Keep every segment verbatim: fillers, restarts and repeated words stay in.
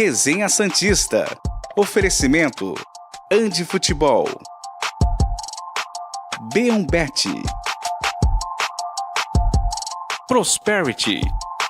Resenha Santista. Oferecimento Andi Futebol. B um Bet. Prosperity.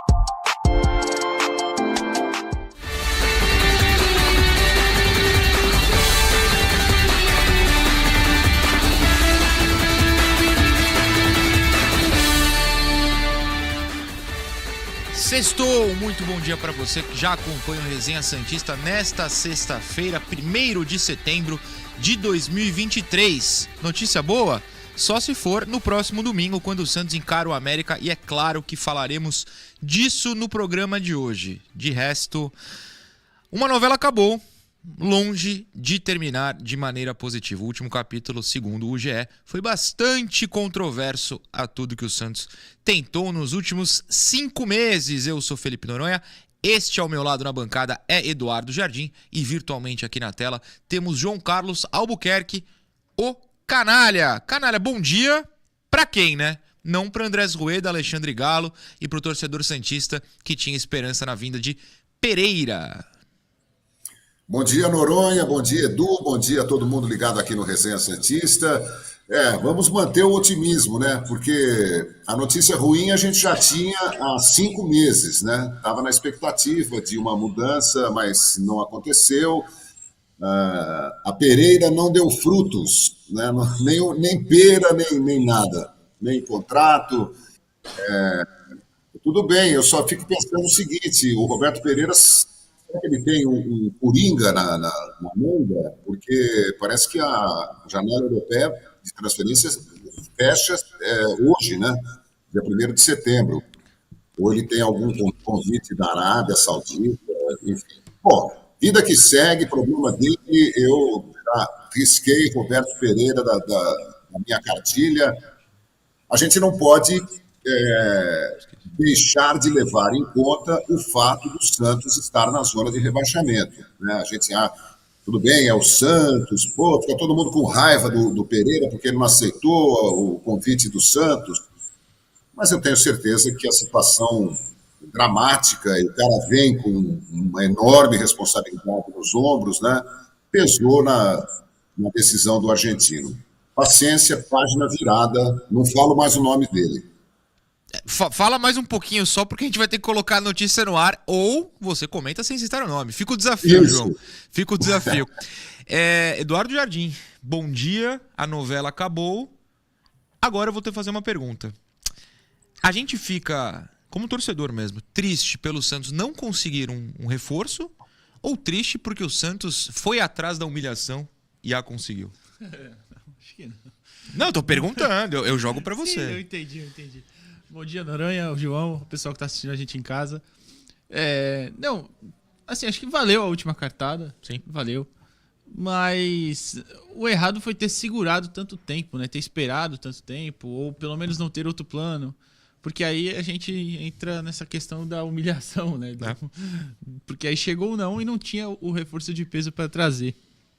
Sextou, muito bom dia para você que já acompanha o Resenha Santista nesta sexta-feira, primeiro de setembro de dois mil e vinte e três. Notícia boa? Só se for no próximo domingo, quando o Santos encara o América, e é claro que falaremos disso no programa de hoje. De resto, uma novela acabou, longe de terminar de maneira positiva. O último capítulo, segundo o G E, foi bastante controverso a tudo que o Santos tentou nos últimos cinco meses. Eu sou Felipe Noronha, este ao meu lado na bancada é Eduardo Jardim e virtualmente aqui na tela temos João Carlos Albuquerque, o Canalha. Canalha, bom dia pra quem, né? Não pra Andrés Rueda, Alexandre Galo e pro torcedor santista que tinha esperança na vinda de Pereira. Bom dia, Noronha, bom dia, Edu, bom dia a todo mundo ligado aqui no Resenha Santista. É, vamos manter o otimismo, né? Porque a notícia ruim a gente já tinha há cinco meses, né? Estava na expectativa de uma mudança, mas não aconteceu. Uh, a Pereira não deu frutos, né? nem, nem pera, nem, nem nada, nem contrato. É, tudo bem, eu só fico pensando o seguinte, o Roberto Pereira... ele tem um, um coringa na, na, na manga, porque parece que a janela europeia de transferências fecha é, hoje, né? Dia primeiro de setembro. Ou ele tem algum convite da Arábia Saudita, enfim. Bom, vida que segue, problema dele, eu já risquei Roberto Pereira da, da, da minha cartilha. A gente não pode... É, deixar de levar em conta o fato do Santos estar na zona de rebaixamento, né? A gente, ah, tudo bem, é o Santos, pô, fica todo mundo com raiva do, do Pereira porque ele não aceitou o convite do Santos, mas eu tenho certeza que a situação dramática, e o cara vem com uma enorme responsabilidade nos ombros, né, pesou na, na decisão do argentino. Paciência, página virada, não falo mais o nome dele. Fala mais um pouquinho só, porque a gente vai ter que colocar a notícia no ar, ou você comenta sem citar o nome. Fica o desafio, Isso. João. Fica o desafio. É, Eduardo Jardim, bom dia. A novela acabou. Agora eu vou ter que fazer uma pergunta. A gente fica, como torcedor mesmo, triste pelo Santos não conseguir um, um reforço, ou triste porque o Santos foi atrás da humilhação e a conseguiu? Acho que não. Não, eu tô perguntando. Eu, eu jogo pra você. Sim, eu entendi, eu entendi. Bom dia, Noronha, o João, o pessoal que está assistindo a gente em casa. É, não, assim, acho que valeu a última cartada. Sim. Valeu. Mas o errado foi ter segurado tanto tempo, né? Ter esperado tanto tempo, ou pelo menos não ter outro plano. Porque aí a gente entra nessa questão da humilhação, né? É. Porque aí chegou o não e não tinha o reforço de peso para trazer.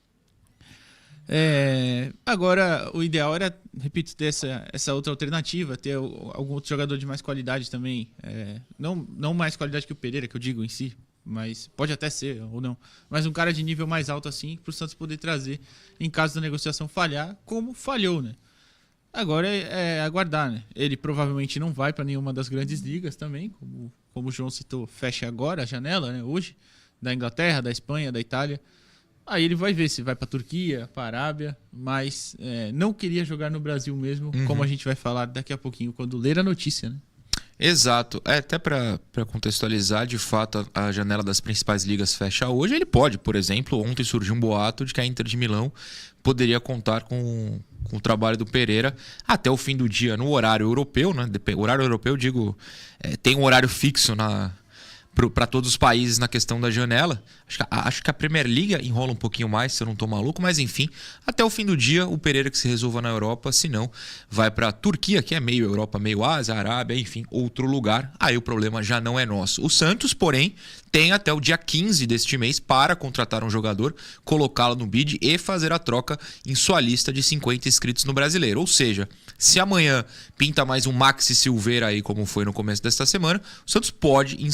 É, agora, o ideal era, repito, ter essa, essa outra alternativa, ter algum outro jogador de mais qualidade também. É, não, não mais qualidade que o Pereira, que eu digo em si, mas pode até ser ou não. Mas um cara de nível mais alto assim, para o Santos poder trazer em caso da negociação falhar, como falhou, né? Agora é, é aguardar, né? Ele provavelmente não vai para nenhuma das grandes ligas também, como, como o João citou, fecha agora a janela, né? Hoje, da Inglaterra, da Espanha, da Itália. Aí ele vai ver se vai para a Turquia, para a Arábia, mas é, não queria jogar no Brasil mesmo, uhum. Como a gente vai falar daqui a pouquinho, quando ler a notícia, né? Exato. É, até para contextualizar, de fato, a, a janela das principais ligas fecha hoje. Ele pode, por exemplo, ontem surgiu um boato de que a Inter de Milão poderia contar com, com o trabalho do Pereira até o fim do dia no horário europeu, né? O horário europeu, digo, é, tem um horário fixo na... para todos os países na questão da janela. Acho que, a, acho que a Premier League enrola um pouquinho mais, se eu não estou maluco, mas enfim, até o fim do dia, o Pereira que se resolva na Europa, se não, vai para a Turquia, que é meio Europa, meio Ásia, Arábia, enfim, outro lugar. Aí o problema já não é nosso. O Santos, porém, tem até o dia quinze deste mês para contratar um jogador, colocá-lo no bid e fazer a troca em sua lista de cinquenta inscritos no Brasileiro. Ou seja, se amanhã pinta mais um Maxi Silveira aí, como foi no começo desta semana, o Santos pode inscrevê-lo.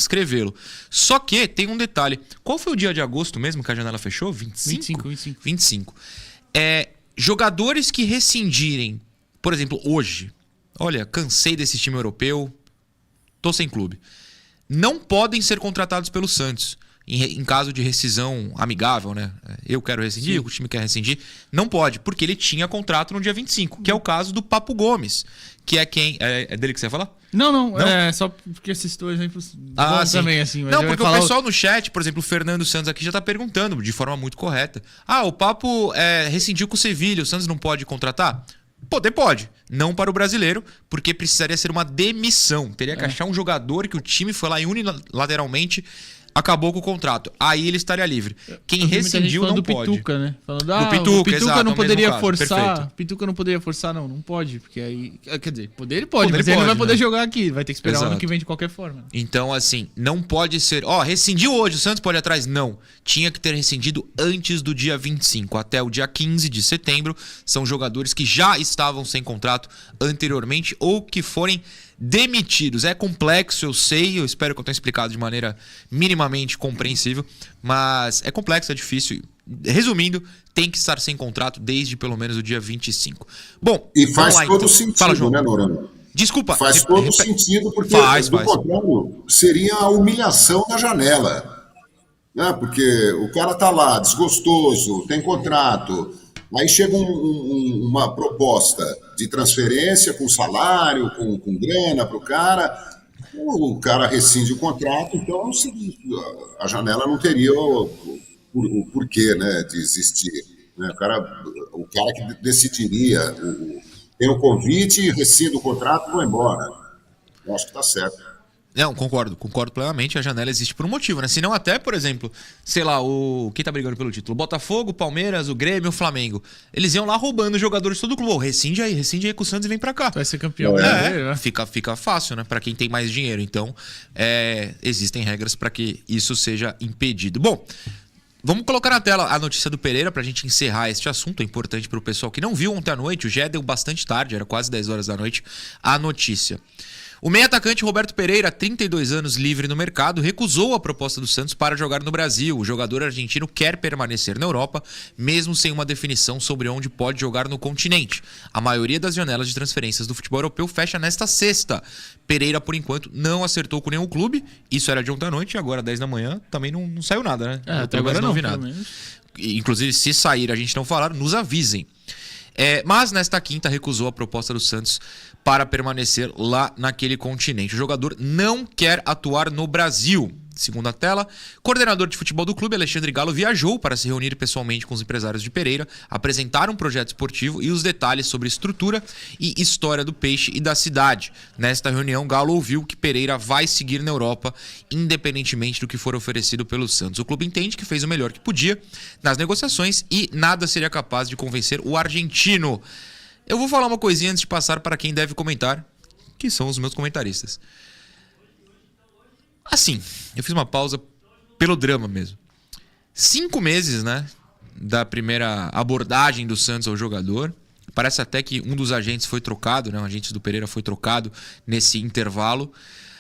modelo. Só que tem um detalhe. Qual foi o dia de agosto mesmo que a janela fechou? vinte e cinco? vinte e cinco, vinte e cinco. vinte e cinco. É, jogadores que rescindirem, por exemplo, hoje, olha, cansei desse time europeu, tô sem clube, não podem ser contratados pelo Santos. Em, em caso de rescisão amigável, né? Eu quero rescindir, Sim. o time quer rescindir. Não pode, porque ele tinha contrato no dia vinte e cinco, que é o caso do Papo Gomes, que é quem... É, é dele que você ia falar? Não, não, não? É só porque esses dois exemplos ah, também, assim. Mas não, porque o pessoal o... no chat, por exemplo, o Fernando Santos aqui já tá perguntando, de forma muito correta. Ah, o Papo é, rescindiu com o Sevilha, o Santos não pode contratar? Poder pode, não para o brasileiro, porque precisaria ser uma demissão. Teria que é. achar um jogador que o time foi lá e unilateralmente... acabou com o contrato. Aí ele estaria livre. Quem rescindiu não do pode. Pituca, né? Falando, ah, do Pituca, o Pituca exato, não poderia caso. forçar. Perfeito. Pituca não poderia forçar, não. Não pode, porque aí... Quer dizer, poder ele pode, poder mas ele ele pode, não vai poder né? jogar aqui. Vai ter que esperar Exato. o ano que vem de qualquer forma. Então, assim, não pode ser... Ó, rescindiu hoje, o Santos pode ir atrás? Não. Tinha que ter rescindido antes do dia vinte e cinco. Até o dia quinze de setembro. São jogadores que já estavam sem contrato anteriormente ou que forem demitidos. É complexo, eu sei, eu espero que eu tenha explicado de maneira minimamente compreensível, mas é complexo, é difícil. Resumindo, tem que estar sem contrato desde pelo menos o dia vinte e cinco. Bom, e faz lá, todo então. sentido, Fala, João. né, Noronha? Desculpa. Faz todo rep... sentido, porque faz, do faz. contrário, seria a humilhação da janela. Né? Porque o cara tá lá, desgostoso, tem contrato, aí chega um, um, uma proposta de transferência com salário, com, com grana para o cara, o cara rescinde o contrato, então a janela não teria o, o, o porquê, né, de existir. Né? O, cara, o cara que decidiria, o, tem o convite, rescinde o contrato e vai embora. Eu acho que está certo. Não, concordo, concordo plenamente. A janela existe por um motivo, né? Senão até, por exemplo, sei lá, o quem tá brigando pelo título? O Botafogo, o Palmeiras, o Grêmio, o Flamengo. Eles iam lá roubando jogadores de todo o clube. Oh, rescinde aí, rescinde aí com o Santos e vem pra cá. Vai ser campeão. É, é, fica, fica fácil, né? Pra quem tem mais dinheiro. Então, é, existem regras pra que isso seja impedido. Bom, vamos colocar na tela a notícia do Pereira pra gente encerrar este assunto. É importante pro pessoal que não viu ontem à noite. O Gé deu bastante tarde, era quase dez horas da noite, a notícia. O meio-atacante Roberto Pereira, trinta e dois anos, livre no mercado, recusou a proposta do Santos para jogar no Brasil. O jogador argentino quer permanecer na Europa, mesmo sem uma definição sobre onde pode jogar no continente. A maioria das janelas de transferências do futebol europeu fecha nesta sexta. Pereira, por enquanto, não acertou com nenhum clube. Isso era de ontem à noite e agora, dez da manhã, também não, não saiu nada, né? É, até agora não, não vi nada. Inclusive, se sair a gente não falar, nos avisem. É, mas nesta quinta recusou a proposta do Santos para permanecer lá naquele continente. O jogador não quer atuar no Brasil. Segundo a tela, coordenador de futebol do clube, Alexandre Galo, viajou para se reunir pessoalmente com os empresários de Pereira, apresentar um projeto esportivo e os detalhes sobre estrutura e história do Peixe e da cidade. Nesta reunião, Galo ouviu que Pereira vai seguir na Europa, independentemente do que for oferecido pelo Santos. O clube entende que fez o melhor que podia nas negociações e nada seria capaz de convencer o argentino. Eu vou falar uma coisinha antes de passar para quem deve comentar, que são os meus comentaristas. Assim, eu fiz uma pausa pelo drama mesmo. Cinco meses, né, da primeira abordagem do Santos ao jogador. Parece até que um dos agentes foi trocado, né? O agente do Pereira foi trocado nesse intervalo.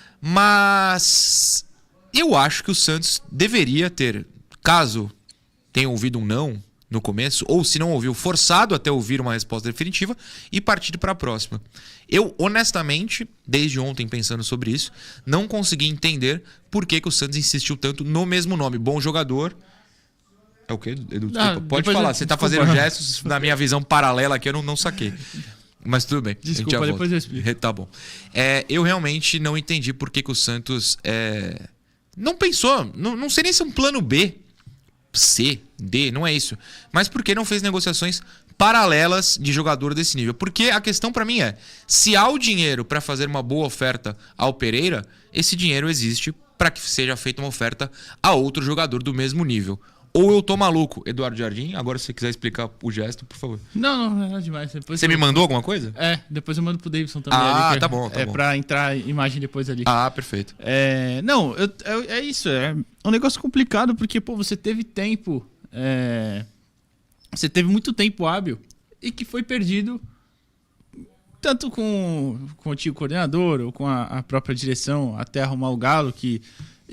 Mas eu acho que o Santos deveria ter, caso tenha ouvido um não no começo, ou se não ouviu, forçado até ouvir uma resposta definitiva e partir para a próxima. Eu, honestamente, desde ontem pensando sobre isso, não consegui entender por que, que o Santos insistiu tanto no mesmo nome. Bom jogador. É o quê, Edu? Desculpa, Ah, pode falar. Eu, Você está fazendo gestos na minha visão paralela aqui, eu não, não saquei. Mas tudo bem. Desculpa, depois eu explico. Tá bom. É, eu realmente não entendi por que, que o Santos é, não pensou, não, não sei nem se é um plano B, C, D, não é isso. Mas por que não fez negociações paralelas de jogador desse nível? Porque a questão pra mim é, se há o dinheiro pra fazer uma boa oferta ao Pereira, esse dinheiro existe pra que seja feita uma oferta a outro jogador do mesmo nível. Ou eu tô maluco, Eduardo Jardim, agora se você quiser explicar o gesto, por favor. Não, não, não é demais. Depois você eu... me mandou alguma coisa? É, depois eu mando pro Davidson também. Ah, ali, que tá bom, tá é bom. É pra entrar imagem depois ali. Ah, perfeito. É, não, eu, é, é isso, é um negócio complicado porque, pô, você teve tempo, é, você teve muito tempo hábil e que foi perdido tanto com, com o tio coordenador ou com a, a própria direção até arrumar o Galo, que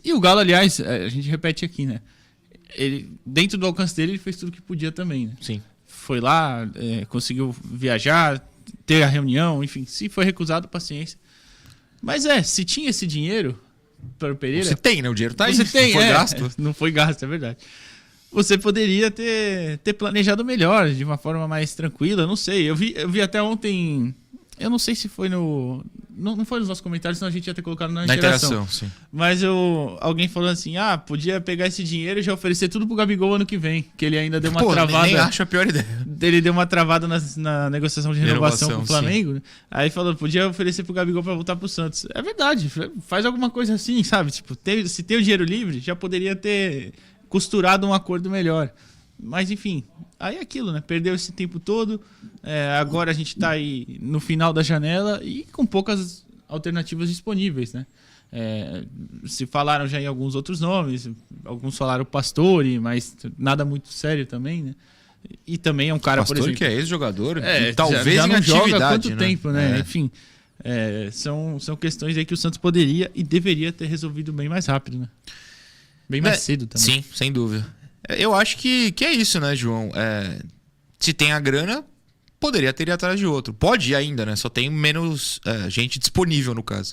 E o Galo, aliás, a gente repete aqui, né? Ele, dentro do alcance dele, ele fez tudo que podia também, né? Sim. Foi lá, é, conseguiu viajar, ter a reunião, enfim. Se foi recusado, paciência. Mas é, se tinha esse dinheiro para o Pereira... Você tem, né? O dinheiro tá aí. Você tem, não foi é, gasto. Não foi gasto, é verdade. Você poderia ter, ter planejado melhor, de uma forma mais tranquila, não sei. Eu vi, eu vi até ontem... Eu não sei se foi no... Não, não foi nos nossos comentários, senão a gente ia ter colocado na, Na interação. interação, sim. Mas eu, alguém falou assim, ah, podia pegar esse dinheiro e já oferecer tudo pro Gabigol ano que vem. Que ele ainda deu uma Pô, travada. nem acho a pior ideia. Ele deu uma travada na, na negociação de renovação, Renovação, com o Flamengo. Né? Aí falou, podia oferecer pro Gabigol pra voltar pro Santos. É verdade, faz alguma coisa assim, sabe? Tipo, tem, se tem o dinheiro livre, já poderia ter costurado um acordo melhor. Mas enfim, aí é aquilo, né? Perdeu esse tempo todo. É, agora a gente tá aí no final da janela e com poucas alternativas disponíveis, né? É, se falaram já em alguns outros nomes, alguns falaram Pastore, mas nada muito sério também, né? E também é um cara, Pastore, por exemplo... que é ex-jogador, é, talvez já, já em não atividade, joga há quanto né? tempo, né? É. Enfim, é, são, são questões aí que o Santos poderia e deveria ter resolvido bem mais rápido, né? Bem mais É, cedo também. Sim, sem dúvida. Eu acho que, que é isso, né, João? É, se tem a grana, poderia ter ido atrás de outro. Pode ir ainda, né? Só tem menos é, gente disponível, no caso.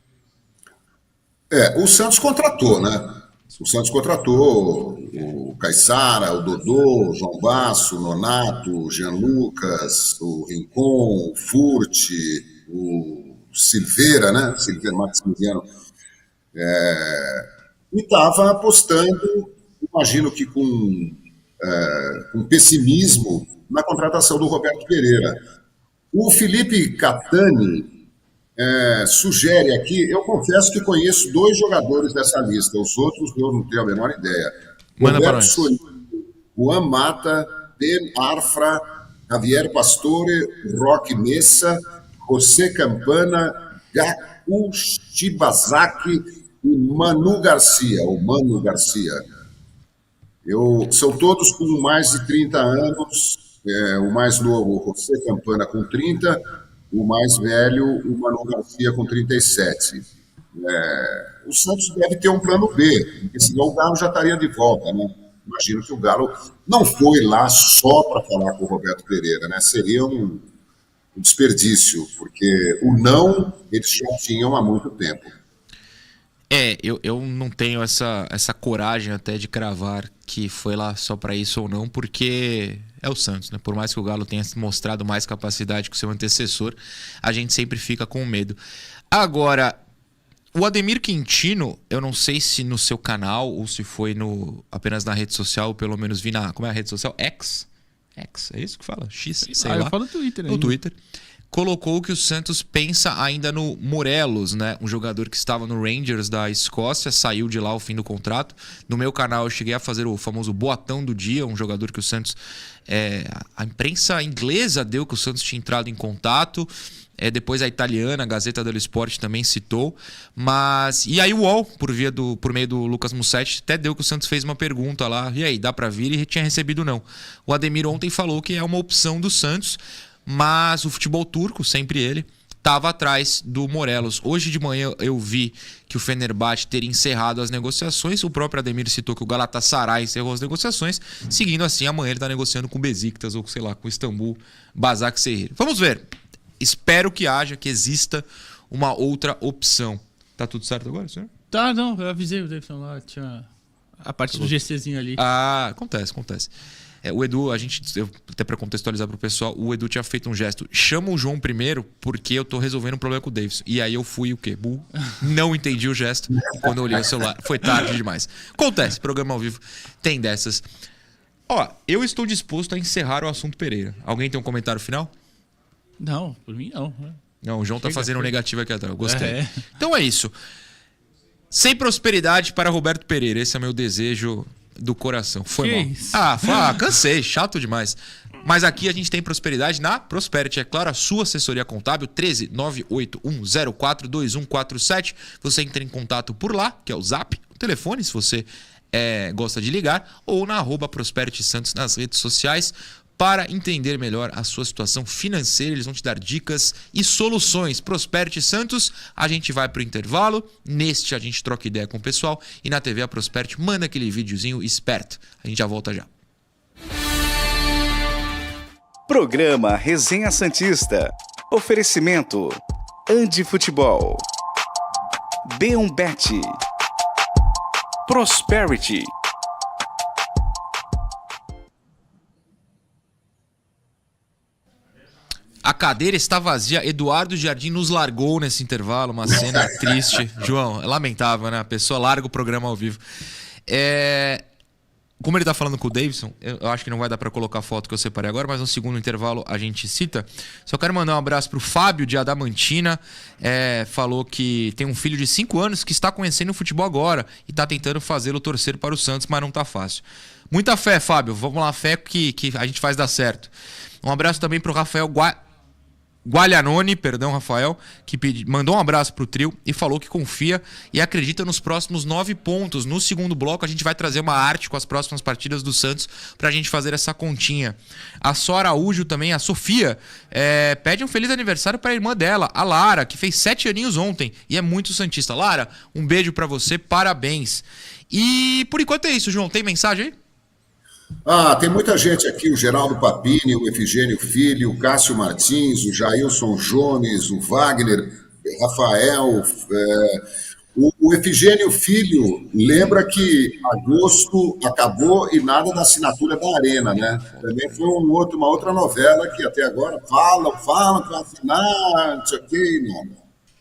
É, o Santos contratou, né? O Santos contratou o Caissara, o Dodô, o João Basso, o Nonato, o Jean Lucas, o Rincon, o Furti, o Silveira, né? Silveira, Maximiliano. É, e estava apostando, imagino que com, é, com pessimismo, na contratação do Roberto Pereira. O Felipe Catani é, sugere aqui, eu confesso que conheço dois jogadores dessa lista, os outros eu não tenho a menor ideia. Manda para Roberto nós. Solim, Juan Mata, Ben Arfra, Javier Pastore, Roque Messa, José Campana, Gaku Shibazaki e Manu Garcia, ou Manu Garcia. Eu, são todos com mais de trinta anos, é, o mais novo, o José Campana, com trinta, o mais velho, o Manu Garcia, com trinta e sete. É, o Santos deve ter um plano B, porque senão o Galo já estaria de volta, né? Imagino que o Galo não foi lá só para falar com o Roberto Pereira, né? Seria um, um desperdício, porque o não eles já tinham há muito tempo. É, eu, eu não tenho essa, essa coragem até de cravar que foi lá só para isso ou não, porque é o Santos, né? Por mais que o Galo tenha mostrado mais capacidade que o seu antecessor, a gente sempre fica com medo. Agora, o Ademir Quintino, eu não sei se no seu canal ou se foi no, apenas na rede social, ou pelo menos vi na... Como é a rede social? X? X, é isso que fala? X, sei ah, lá. eu falo no Twitter No ainda. Twitter. Colocou que o Santos pensa ainda no Morelos, né? Um jogador que estava no Rangers da Escócia, saiu de lá ao fim do contrato. No meu canal eu cheguei a fazer o famoso boatão do dia, um jogador que o Santos... É, a imprensa inglesa deu que o Santos tinha entrado em contato. É, depois a italiana, a Gazeta dello Sport também citou. Mas... E aí o U O L, por, via do, por meio do Lucas Mussetti, até deu que o Santos fez uma pergunta lá. E aí, dá pra vir? E tinha recebido não. O Ademir ontem falou que é uma opção do Santos, mas o futebol turco, sempre ele, estava atrás do Morelos. Hoje de manhã eu vi que o Fenerbahçe teria encerrado as negociações. O próprio Ademir citou que o Galatasaray encerrou as negociações. Seguindo assim, amanhã ele está negociando com o Besiktas ou, sei lá, com o Istambul, Başakşehir. Vamos ver. Espero que haja, que exista uma outra opção. Tá tudo certo agora, senhor? Tá, não, eu avisei o Davidson lá, tinha a parte do GCzinho ali. Ah, acontece, acontece. É, o Edu, a gente, eu, até para contextualizar pro pessoal, o Edu tinha feito um gesto. Chama o João primeiro, porque eu tô resolvendo um problema com o Davidson. E aí eu fui o quê? Burro. Não entendi o gesto quando eu olhei o celular. Foi tarde demais. Acontece, programa ao vivo tem dessas. Ó, eu estou disposto a encerrar o assunto Pereira. Alguém tem um comentário final? Não, por mim não. Não, o João tá Chega, fazendo um chega. negativo aqui atrás. Eu gostei. É. Então é isso. Sem prosperidade para Roberto Pereira. Esse é meu desejo do coração. Foi Que mal. isso? Ah, foi, ah, cansei. Chato demais. Mas aqui a gente tem prosperidade na Prosperity. É claro, a sua assessoria contábil, treze nove oito um zero quatro dois um quatro sete. Você entra em contato por lá, que é o Zap, o telefone, se você é, gosta de ligar, ou na arroba Prosperity Santos nas redes sociais. para entender melhor a sua situação financeira. Eles vão te dar dicas e soluções. Prosperity Santos, a gente vai para o intervalo. Neste a gente troca ideia com o pessoal. E na T V a Prosperity manda aquele videozinho esperto. A gente já volta já. Programa Resenha Santista. Oferecimento Andi Futebol. B um Bet. Prosperity. A cadeira está vazia. Eduardo Jardim nos largou nesse intervalo. Uma cena triste. João, é lamentável, né? A pessoa larga o programa ao vivo. É... Como ele está falando com o Davidson, eu acho que não vai dar para colocar a foto que eu separei agora, mas no segundo intervalo a gente cita. Só quero mandar um abraço para o Fábio de Adamantina. É, falou que tem um filho de cinco anos que está conhecendo o futebol agora e está tentando fazê-lo torcer para o Santos, mas não está fácil. Muita fé, Fábio. Vamos lá, fé que, que a gente faz dar certo. Um abraço também para o Rafael Gua... Guaglianone, perdão, Rafael, que pedi, mandou um abraço pro trio e falou que confia e acredita nos próximos nove pontos. No segundo bloco, a gente vai trazer uma arte com as próximas partidas do Santos pra gente fazer essa continha. A Só Araújo também, a Sofia, é, pede um feliz aniversário pra irmã dela, a Lara, que fez sete aninhos ontem e é muito santista. Lara, um beijo pra você, parabéns. E por enquanto é isso, João. Tem mensagem aí? Ah, tem muita gente aqui, o Geraldo Papini, o Efigênio Filho, o Cássio Martins, o Jailson Jones, o Wagner, Rafael. É, o, o Efigênio Filho lembra que agosto acabou e nada da assinatura da Arena, né? Também foi um outro, uma outra novela que até agora falam, falam que vai assinar, não sei o que, não.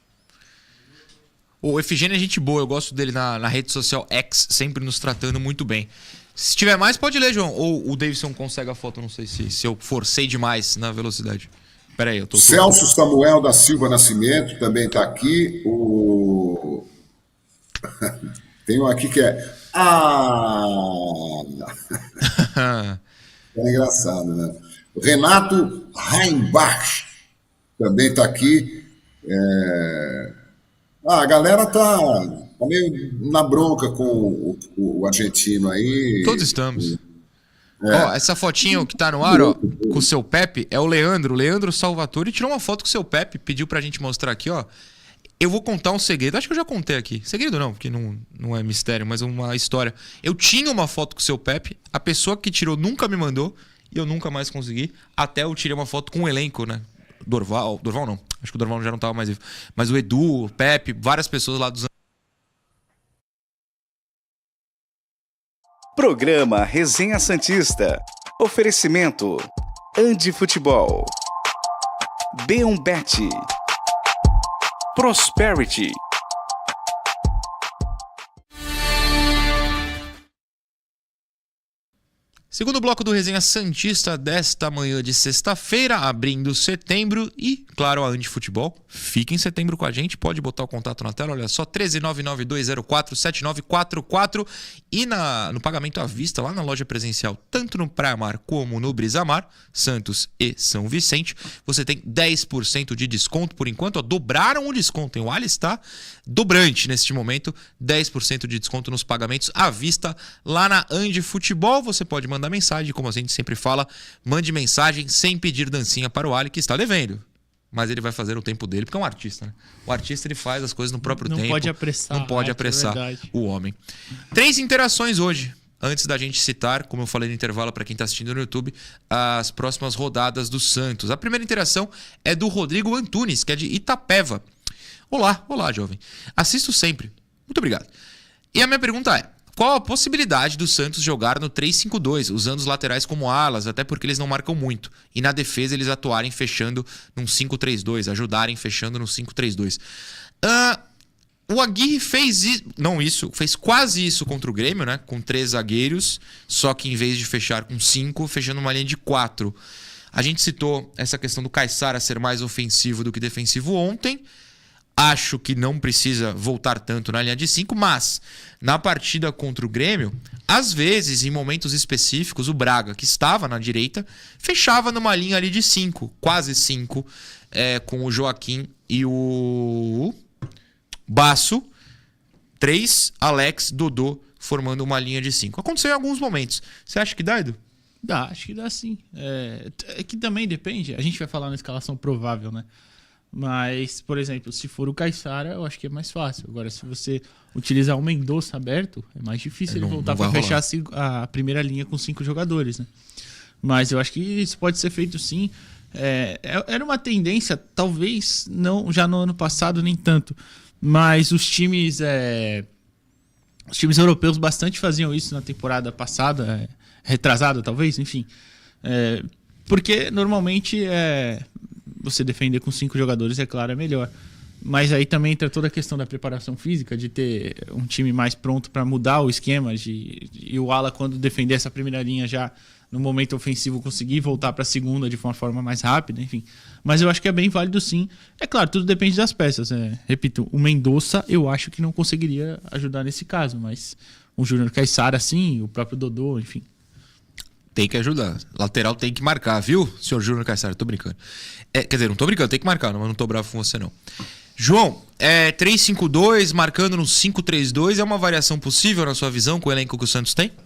O Efigênio é gente boa, eu gosto dele na, na rede social X, sempre nos tratando muito bem. Se tiver mais, pode ler, João. Ou o Davidson consegue a foto, não sei se, se eu forcei demais na velocidade. Pera aí, eu tô... Celso Samuel da Silva Nascimento também está aqui. O... Tem um aqui que é... Ah! É engraçado, né? O Renato Heimbach também está aqui. É... Ah, a galera tá... Tá meio na bronca com o, o, o argentino aí. Todos estamos. É. Ó, essa fotinho que tá no ar, ó, com o seu Pepe, é o Leandro. O Leandro Salvatore tirou uma foto com o seu Pepe, pediu pra gente mostrar aqui, ó. Eu vou contar um segredo. Acho que eu já contei aqui. Segredo não, porque não, não é mistério, mas uma história. Eu tinha uma foto com o seu Pepe, a pessoa que tirou nunca me mandou e eu nunca mais consegui. Até eu tirei uma foto com o elenco, né? Dorval, Dorval não. Acho que o Dorval já não tava mais vivo. Mas o Edu, o Pepe, várias pessoas lá dos Programa Resenha Santista. Oferecimento Andi Futebol. B um Bet. Prosperity. Segundo bloco do Resenha Santista desta manhã de sexta-feira, abrindo setembro e, claro, a Andi Futebol. Fique em setembro com a gente, pode botar o contato na tela, olha só, um três nove nove dois zero quatro sete nove quatro quatro e na, no pagamento à vista, lá na loja presencial, tanto no Praia Mar como no Brisamar, Santos e São Vicente, você tem dez por cento de desconto por enquanto, ó, dobraram o desconto, hein? O Ali está dobrante neste momento, dez por cento de desconto nos pagamentos à vista lá na Andi Futebol, você pode mandar mensagem, como a gente sempre fala, mande mensagem sem pedir dancinha para o Ali, que está devendo. Mas ele vai fazer no tempo dele, porque é um artista, né? O artista ele faz as coisas no próprio não tempo. Não pode apressar. Não pode arte, apressar é o homem. Três interações hoje. Antes da gente citar, como eu falei no intervalo para quem está assistindo no YouTube, as próximas rodadas do Santos. A primeira interação é do Rodrigo Antunes, que é de Itapeva. Olá, olá, jovem. Assisto sempre. Muito obrigado. E a minha pergunta é: qual a possibilidade do Santos jogar no três cinco dois, usando os laterais como alas, até porque eles não marcam muito, e na defesa eles atuarem fechando num cinco três dois, ajudarem fechando no cinco três dois? Uh, o Aguirre fez isso, não isso, fez quase isso contra o Grêmio, né? Com três zagueiros, só que em vez de fechar com cinco, fechando uma linha de quatro. A gente citou essa questão do Caissara ser mais ofensivo do que defensivo ontem. Acho que não precisa voltar tanto na linha de cinco, mas na partida contra o Grêmio, às vezes, em momentos específicos, o Braga, que estava na direita, fechava numa linha ali de cinco, quase cinco, é, com o Joaquim e o Basso, três, Alex, Dodô, formando uma linha de cinco. Aconteceu em alguns momentos. Você acha que dá, Edu? Dá, acho que dá sim. É, é que também depende, a gente vai falar na escalação provável, né? Mas, por exemplo, se for o Caissara, eu acho que é mais fácil. Agora, se você utilizar o Mendonça aberto, é mais difícil É, ele não- voltar não para vai fechar a cinco- a primeira linha com cinco jogadores, né? Mas eu acho que isso pode ser feito sim. É, é- era uma tendência, talvez não já no ano passado nem tanto, mas os times é, os times europeus bastante faziam isso na temporada passada, é, retrasada talvez, enfim. É, porque normalmente é, você defender com cinco jogadores, é claro, é melhor. Mas aí também entra toda a questão da preparação física, de ter um time mais pronto para mudar o esquema, de, e o ala, quando defender essa primeira linha já no momento ofensivo, conseguir voltar para a segunda de uma forma mais rápida, enfim. Mas eu acho que é bem válido sim. É claro, tudo depende das peças. É. Repito, o Mendonça eu acho que não conseguiria ajudar nesse caso, mas o Júnior Caissara sim, o próprio Dodô, enfim. Tem que ajudar. Lateral tem que marcar, viu, senhor Júnior Caissara? Tô brincando. É, quer dizer, não tô brincando, tem que marcar, não, mas não tô bravo com você, não. João, é, três cinco dois, marcando no cinco três dois, é uma variação possível na sua visão com o elenco que o Santos tem?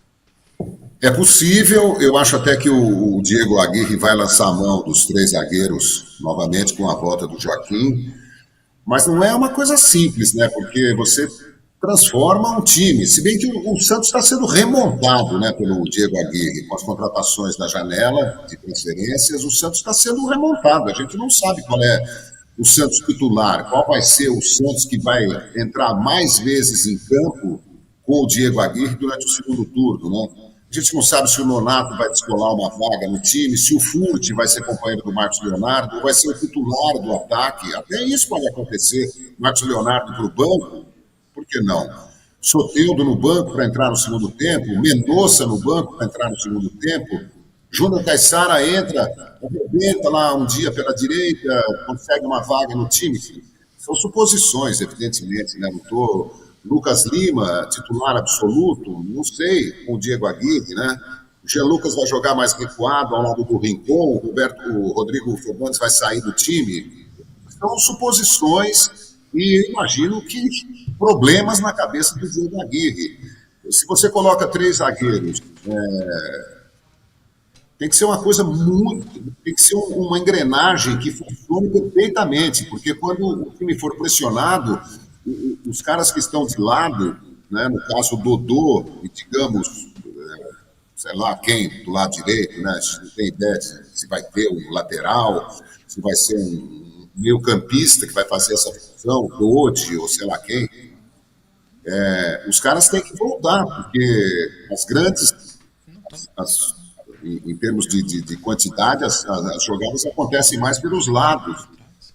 É possível, eu acho até que o, o Diego Aguirre vai lançar a mão dos três zagueiros novamente com a volta do Joaquim, mas não é uma coisa simples, né? Porque você transforma um time, se bem que o, o Santos está sendo remontado, né, pelo Diego Aguirre, com as contratações da janela de transferências, o Santos está sendo remontado, a gente não sabe qual é o Santos titular, qual vai ser o Santos que vai entrar mais vezes em campo com o Diego Aguirre durante o segundo turno, né? A gente não sabe se o Nonato vai descolar uma vaga no time, se o Furt vai ser companheiro do Marcos Leonardo, ou vai ser o titular do ataque. Até isso pode acontecer. Marcos Leonardo para o banco, por que não? Soteldo no banco para entrar no segundo tempo, Mendonça no banco para entrar no segundo tempo, Júnior Caissara entra, arrebenta lá um dia pela direita, consegue uma vaga no time. São suposições, evidentemente, né? Não estou... Lucas Lima, titular absoluto, não sei, com o Diego Aguirre, né? O Jean Lucas vai jogar mais recuado ao lado do Rincon, o, Roberto, o Rodrigo Fernandes vai sair do time. São suposições e imagino que problemas na cabeça do Diego Aguirre. Se você coloca três zagueiros, é, tem que ser uma coisa muito... Tem que ser uma engrenagem que funcione perfeitamente, porque quando o time for pressionado, os caras que estão de lado, né, no caso o Dodô, e digamos, sei lá quem, do lado direito, né, a gente não tem ideia se vai ter um lateral, se vai ser um meio campista que vai fazer essa função, Dodi ou sei lá quem, é, os caras têm que voltar, porque as grandes, as, as, em, em termos de, de, de quantidade, as, as jogadas acontecem mais pelos lados.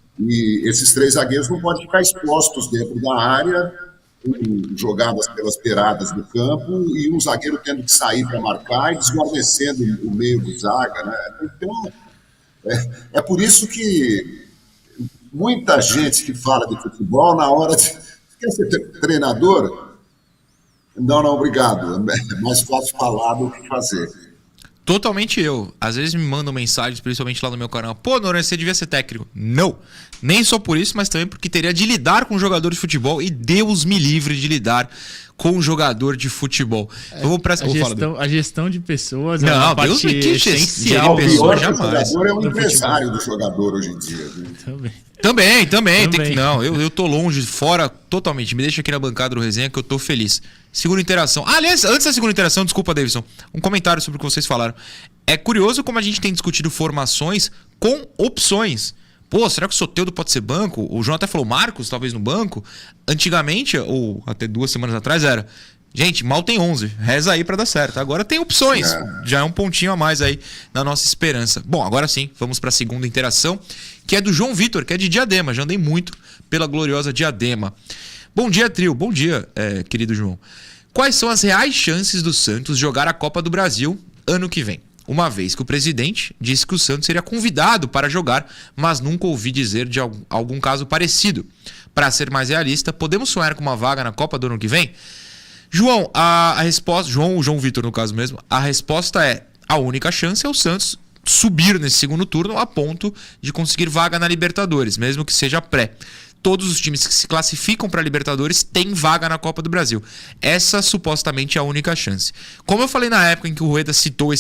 E esses três zagueiros não podem ficar expostos dentro da área, com jogadas pelas beiradas do campo, e um zagueiro tendo que sair para marcar e desguarnecendo o meio de zaga, né? Então, é, é por isso que muita gente que fala de futebol, na hora de... Quer ser treinador? Não, não, obrigado. É mais fácil falar do que fazer. Totalmente eu. Às vezes me mandam mensagens, principalmente lá no meu canal. Pô, Noronha, você devia ser técnico. Não. Nem só por isso, mas também porque teria de lidar com jogador de futebol. E Deus me livre de lidar com um jogador de futebol. É, eu vou pra... a, vou gestão, a gestão de pessoas não, é uma Deus parte me que essencial. O pior do jamais. jogador é o empresário do jogador hoje em dia. Viu? Também. Também, também. Também. Tem que, não, eu, eu tô longe, fora totalmente. Me deixa aqui na bancada do Resenha que eu tô feliz. Segunda interação. Ah, aliás, antes da segunda interação, desculpa, Davidson, um comentário sobre o que vocês falaram. É curioso como a gente tem discutido formações com opções. Pô, será que o Soteldo pode ser banco? O João até falou Marcos, talvez no banco. Antigamente, ou até duas semanas atrás, era... Gente, mal tem onze. Reza aí pra dar certo. Agora tem opções. É. Já é um pontinho a mais aí na nossa esperança. Bom, agora sim, vamos pra segunda interação, que é do João Vitor, que é de Diadema. Já andei muito pela gloriosa Diadema. Bom dia, trio. Bom dia, é, querido João. Quais são as reais chances do Santos jogar a Copa do Brasil ano que vem? Uma vez que o presidente disse que o Santos seria convidado para jogar, mas nunca ouvi dizer de algum caso parecido. Para ser mais realista, podemos sonhar com uma vaga na Copa do ano que vem? João, a, a resposta... João, o João Vitor no caso mesmo, a resposta é: a única chance é o Santos subir nesse segundo turno a ponto de conseguir vaga na Libertadores, mesmo que seja pré. Todos os times que se classificam para a Libertadores têm vaga na Copa do Brasil. Essa supostamente é a única chance. Como eu falei na época em que o Rueda citou esses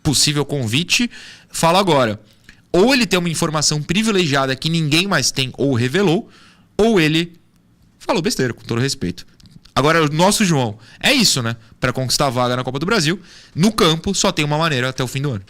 possível convite, falo agora. Ou ele tem uma informação privilegiada que ninguém mais tem ou revelou, ou ele falou besteira, com todo respeito. Agora, o nosso João, é isso, né? Para conquistar a vaga na Copa do Brasil, no campo só tem uma maneira até o fim do ano.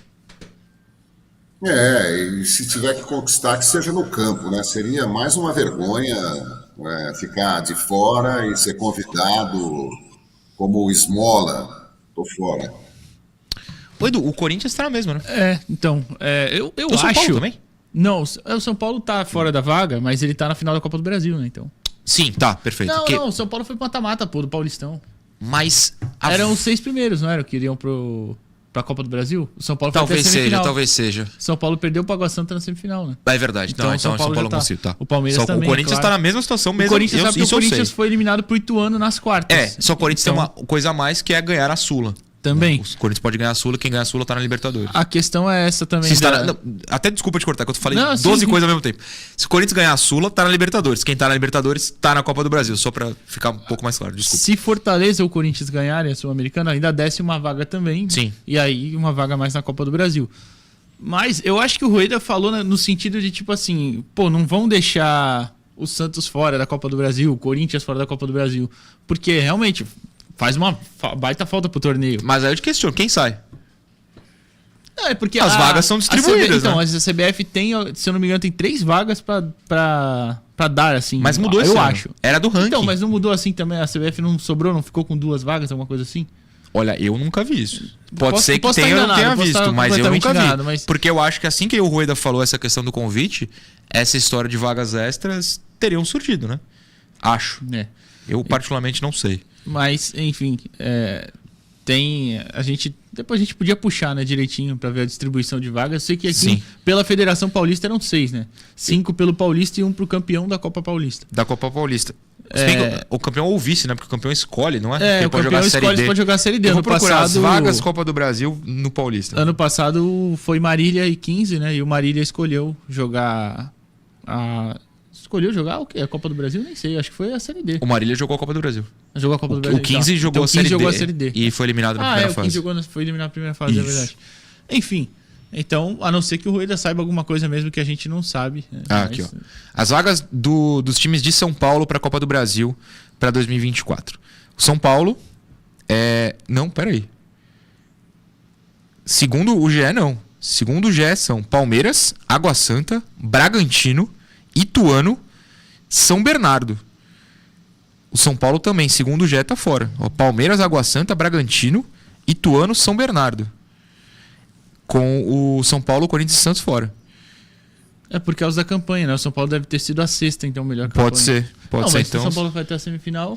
É, e se tiver que conquistar, que seja no campo, né? Seria mais uma vergonha é, ficar de fora e ser convidado como esmola. Tô fora. Ô, Edu, o Corinthians tá na mesma, né? É, então, é, eu, eu o acho... São Paulo também? Não, o São Paulo tá fora da vaga, mas ele tá na final da Copa do Brasil, né? Então... Sim, tá, perfeito. Não, que... não, o São Paulo foi pro mata-mata, pô, do Paulistão. Mas... A... Eram os seis primeiros, não eram? Que iriam pro... pra Copa do Brasil? O São Paulo foi Talvez até a seja, semifinal. talvez seja. São Paulo perdeu o Água Santa na semifinal, né? É verdade. Então, não, o São então Paulo São Paulo já tá. conseguiu, tá. O Palmeiras só, também, O Corinthians claro. tá na mesma situação mesmo. O Corinthians isso, sabe que isso o Corinthians eu sei. foi eliminado pro Ituano nas quartas. É, só o Corinthians então, tem uma coisa a mais que é ganhar a Sula. Também. O Corinthians pode ganhar a Sula, quem ganhar a Sula tá na Libertadores. A questão é essa também. Se está da... na- não, até desculpa te cortar, que eu falei Não, sim, doze sim. coisas ao mesmo tempo. Se o Corinthians ganhar a Sula, tá na Libertadores. Quem tá na Libertadores tá na Copa do Brasil. Só pra ficar um pouco mais claro, desculpa. Se Fortaleza ou Corinthians ganharem a Sul-Americana, ainda desce uma vaga também. Sim. E aí uma vaga mais na Copa do Brasil. Mas eu acho que o Rueda falou na- no sentido de tipo assim, pô, não vão deixar o Santos fora da Copa do Brasil, o Corinthians fora da Copa do Brasil. Porque realmente faz uma fa- baita falta pro torneio. Mas aí eu te questiono, quem sai? Não, é porque As a- vagas são a distribuídas, C B Então, né? a C B F tem, se eu não me engano, tem três vagas pra, pra, pra dar, assim. Mas mudou eu esse ano. acho. Era do ranking. Então, mas não mudou assim também? A C B F não sobrou, não ficou com duas vagas, alguma coisa assim? Olha, eu nunca vi isso. Pode Posso- ser que posso tenha estar ou não tenha enganado, posso visto, estar mas eu completamente nunca vi. enganado, mas- Porque eu acho que assim que o Rueda falou essa questão do convite, essa história de vagas extras teriam surgido, né? Acho. É. Eu particularmente não sei. Mas, enfim, é, tem. A gente. Depois a gente podia puxar, né, direitinho pra ver a distribuição de vagas. Eu sei que aqui, Sim. pela Federação Paulista, eram seis, né? Cinco pelo Paulista e um pro campeão da Copa Paulista. Da Copa Paulista. Se bem É. que o campeão ou o vice, né? Porque o campeão escolhe, não é? É, Ele o campeão escolhe, pode jogar a Série D. Eu vou Ano procurar passado, as vagas Copa do Brasil no Paulista. Ano passado foi Marília e quinze, né? E o Marília escolheu jogar a... Escolheu jogar o quê? A Copa do Brasil? Nem sei, acho que foi a Série D. O Marília jogou a Copa do Brasil. Jogou a Copa do O, Brasil. o quinze então. jogou, Então, a, série jogou D, a Série D. e foi eliminado na Ah, é, primeira o fase. quinze jogou, na- foi eliminado na primeira fase, é Isso. verdade. Enfim, então, a não ser que o Rueda saiba alguma coisa mesmo que a gente não sabe. Né? Ah, Mas- aqui, ó. As vagas do- dos times de São Paulo para a Copa do Brasil para dois mil e vinte e quatro. O São Paulo é... Não, peraí. Segundo o G E, não. Segundo o G E, são Palmeiras, Água Santa, Bragantino, Ituano, São Bernardo. O São Paulo também, segundo o G E, tá fora. Ó, Palmeiras, Água Santa, Bragantino, Ituano, São Bernardo. Com o São Paulo, Corinthians e Santos fora. É por causa da campanha, né? O São Paulo deve ter sido a sexta, então, melhor campanha. Pode ser, pode não, ser mas então. se o São Paulo vai ter a semifinal...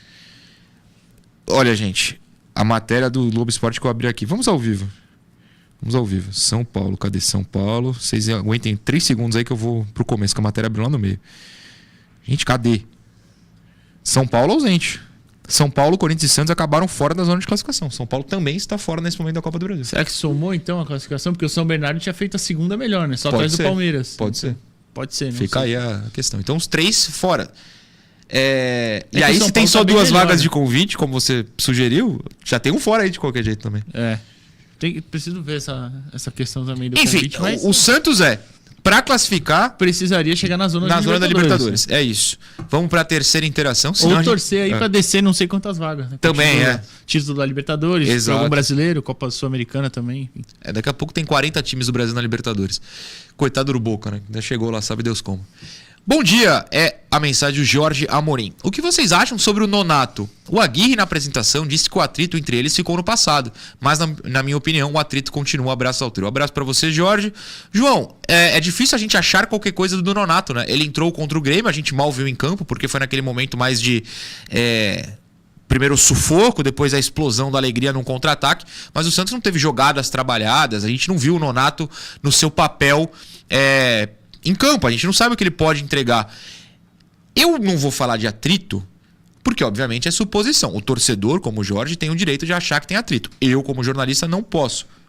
Olha, gente, a matéria do Globo Esporte que eu abri aqui. Vamos ao vivo. Vamos ao vivo. São Paulo, cadê São Paulo? Vocês aguentem três segundos aí que eu vou pro começo, que a matéria abriu lá no meio. Gente, cadê? São Paulo ausente. São Paulo, Corinthians e Santos acabaram fora da zona de classificação. São Paulo também está fora nesse momento da Copa do Brasil. Será que somou, então, a classificação? Porque o São Bernardo tinha feito a segunda melhor, né? Só Pode atrás do ser. Palmeiras. Pode ser. Pode ser, não Fica sei. aí a questão. Então, os três fora. É, É e que aí, o São se tem Paulo só tá bem duas melhor, vagas né? de convite, como você sugeriu, já tem um fora aí de qualquer jeito também. É. Tem, preciso ver essa, essa questão também do Enfim, convite, mas o, o Santos é, pra classificar, precisaria chegar na zona, na de zona da Libertadores. Libertadores. É isso. Vamos pra terceira interação. senão Ou a gente- torcer aí É. pra descer não sei quantas vagas. Né? Também, título, é. Título da Libertadores, Exato. Jogo Brasileiro, Copa Sul-Americana também. enfim. É, daqui a pouco tem quarenta times do Brasil na Libertadores. Coitado do Boca, né? Ainda chegou lá, sabe Deus como. Bom dia, é a mensagem do Jorge Amorim. O que vocês acham sobre o Nonato? O Aguirre, na apresentação, disse que o atrito entre eles ficou no passado. Mas, na, na minha opinião, o atrito continua. Abraço ao trio. Abraço pra você, Jorge. João, é, é difícil a gente achar qualquer coisa do Nonato, né? Ele entrou contra o Grêmio, a gente mal viu em campo, porque foi naquele momento mais de... É... Primeiro o sufoco, depois a explosão da alegria num contra-ataque. Mas o Santos não teve jogadas trabalhadas. A gente não viu o Nonato no seu papel é, em campo. A gente não sabe o que ele pode entregar. Eu não vou falar de atrito, porque obviamente é suposição. O torcedor, como o Jorge, tem o direito de achar que tem atrito. Eu, como jornalista, não posso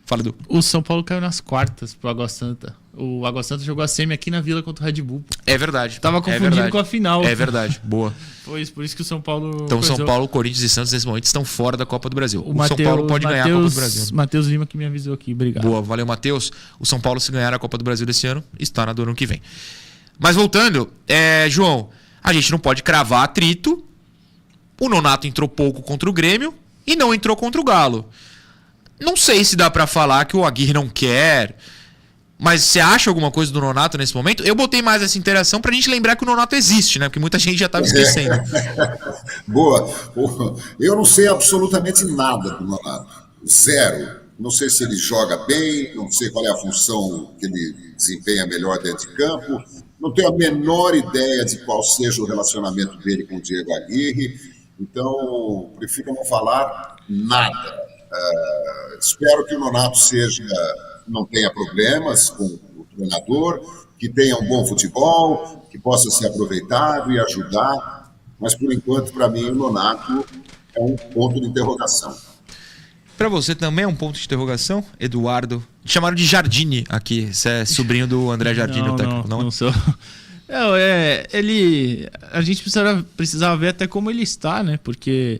Fala, Edu. O São Paulo caiu nas quartas pro Água Santa. O Água Santa jogou a semi aqui na Vila contra o Red Bull. Pô. É verdade. Tava confundindo é verdade. com a final. É verdade. Boa. Foi isso, por isso que o São Paulo... Então coisou. São Paulo, Corinthians e Santos nesse momento estão fora da Copa do Brasil. O, O Mateus, São Paulo pode Mateus, ganhar a Copa do Brasil. Matheus Lima que me avisou aqui. Obrigado. Boa, valeu, Matheus. O São Paulo, se ganhar a Copa do Brasil desse ano, está na do ano que vem. Mas voltando, é, João, a gente não pode cravar atrito. O Nonato entrou pouco contra o Grêmio e não entrou contra o Galo. Não sei se dá pra falar que o Aguirre não quer, mas você acha alguma coisa do Nonato nesse momento? Eu botei mais essa interação pra gente lembrar que o Nonato existe, né? Porque muita gente já tava esquecendo. Boa. Eu não sei absolutamente nada do Nonato. Zero. Não sei se ele joga bem, não sei qual é a função que ele desempenha melhor dentro de campo. Não tenho a menor ideia de qual seja o relacionamento dele com o Diego Aguirre. Então, prefiro não falar nada. Uh, espero que o Nonato seja, não tenha problemas com o treinador, que tenha um bom futebol, que possa ser aproveitado e ajudar, mas por enquanto, para mim, o Nonato é um ponto de interrogação. Para você também é um ponto de interrogação, Eduardo? Chamaram de Jardine aqui, você é sobrinho do André Jardine, não, o técnico, não? Não, não sou. Não, é, ele, a gente precisava, precisava ver até como ele está, né? Porque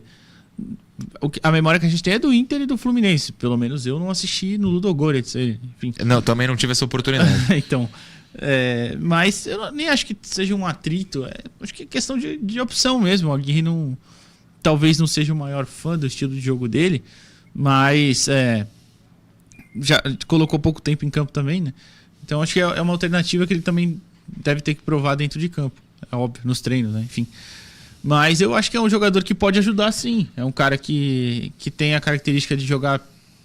a memória que a gente tem é do Inter e do Fluminense. Pelo menos eu não assisti no Ludogorets. Enfim. Não, também não tive essa oportunidade. Então, é, mas eu nem acho que seja um atrito. É, acho que é questão de, de opção mesmo. O Aguirre não, talvez não seja o maior fã do estilo de jogo dele, mas é, já colocou pouco tempo em campo também, né? Então acho que é uma alternativa que ele também deve ter que provar dentro de campo. É óbvio, nos treinos, né? Enfim. Mas eu acho que é um jogador que pode ajudar, sim. É um cara que, que tem a característica de jogar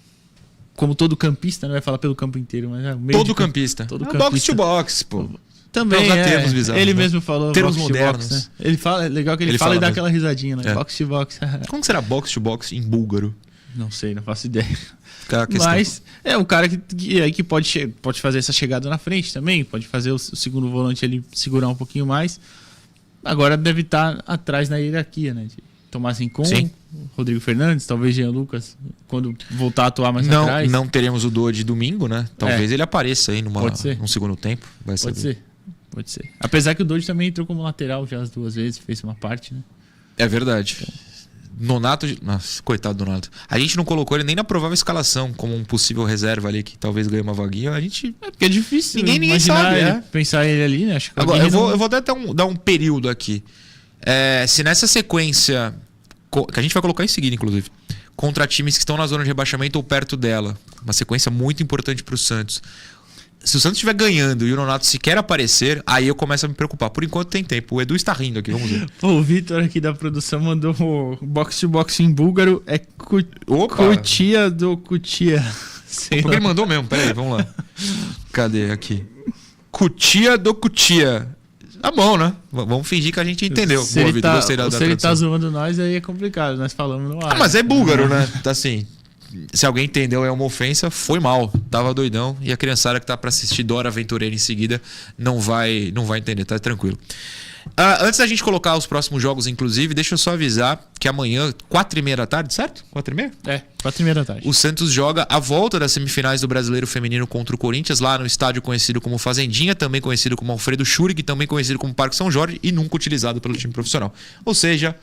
como todo campista, não vai falar pelo campo inteiro, mas é meio todo de, campista. Todo é campista. Box to box, pô. Também usar é. termos bizarros, ele né? mesmo falou termos box modernos. to box, né? Ele fala, é legal que ele, ele fala, fala e dá mesmo. aquela risadinha, né? É. Box to box. Como será box to box em búlgaro? Não sei, não faço ideia. Fica a questão. Mas é um cara que, que, que pode, che- pode fazer essa chegada na frente também, pode fazer o, o segundo volante ali segurar um pouquinho mais. Agora deve estar atrás na hierarquia, né? De Tomás Rincon, Sim. Rodrigo Fernandes, talvez Jean Lucas, quando voltar a atuar mais não, atrás. não teremos o Dô de domingo, né? Talvez É. ele apareça aí numa, Pode ser. num segundo tempo. Vai Pode saber. ser, pode ser. Apesar que o Dodge também entrou como lateral já as duas vezes, fez uma parte, né? É verdade. Nonato. Nossa, coitado do Nonato. A gente não colocou ele nem na provável escalação como um possível reserva ali que talvez ganhe uma vaguinha. A gente. É porque é difícil. Ninguém- ninguém imaginar sabe, ele, é. pensar ele ali, né? Acho que Agora, alguém eu vou, não- eu vou até dar um, dar um período aqui. É, se nessa sequência, co- que a gente vai colocar em seguida, inclusive, contra times que estão na zona de rebaixamento ou perto dela, uma sequência muito importante para o Santos. Se o Santos estiver ganhando e o Nonato sequer aparecer, aí eu começo a me preocupar. Por enquanto tem tempo. O Edu está rindo aqui, vamos ver. Pô, o Vitor aqui da produção mandou o box to box em búlgaro. É cu... Opa! Cutia do Cutia. Sei Porque lá. ele mandou mesmo, peraí, vamos lá. Cadê aqui? Cutia do Cutia. Tá bom, né? V- Vamos fingir que a gente entendeu. Se Boa, ele Vitor, tá, gostei da, da se ele tá tradução. zoando nós, aí é complicado. Nós falamos no ar. Ah, mas é búlgaro, né? Tá assim. Se alguém entendeu é uma ofensa, foi mal. Tava doidão. E a criançada que tá pra assistir Dora Aventureira em seguida não vai, não vai entender, tá tranquilo. Ah, antes da gente colocar os próximos jogos, inclusive, deixa eu só avisar que amanhã, quatro e meia da tarde, certo? Quatro e meia? É, quatro e meia da tarde. O Santos joga a volta das semifinais do Brasileiro Feminino contra o Corinthians, lá no estádio conhecido como Fazendinha, também conhecido como Alfredo Schurig, também conhecido como Parque São Jorge e nunca utilizado pelo time profissional. Ou seja,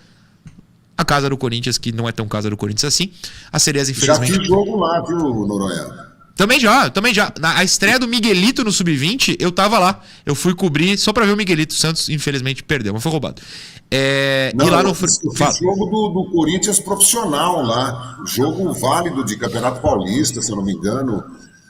a casa do Corinthians, que não é tão casa do Corinthians assim. As sereias, Já infelizmente... fiz jogo lá, viu, Noronha? Também já, também já. Na a estreia do Miguelito no sub vinte, eu tava lá. Eu fui cobrir só pra ver o Miguelito. O Santos, infelizmente, perdeu, mas foi roubado. É, Não, e lá no... eu fiz, eu Fala. fiz jogo do, do Corinthians profissional lá. Jogo válido de Campeonato Paulista, se eu não me engano.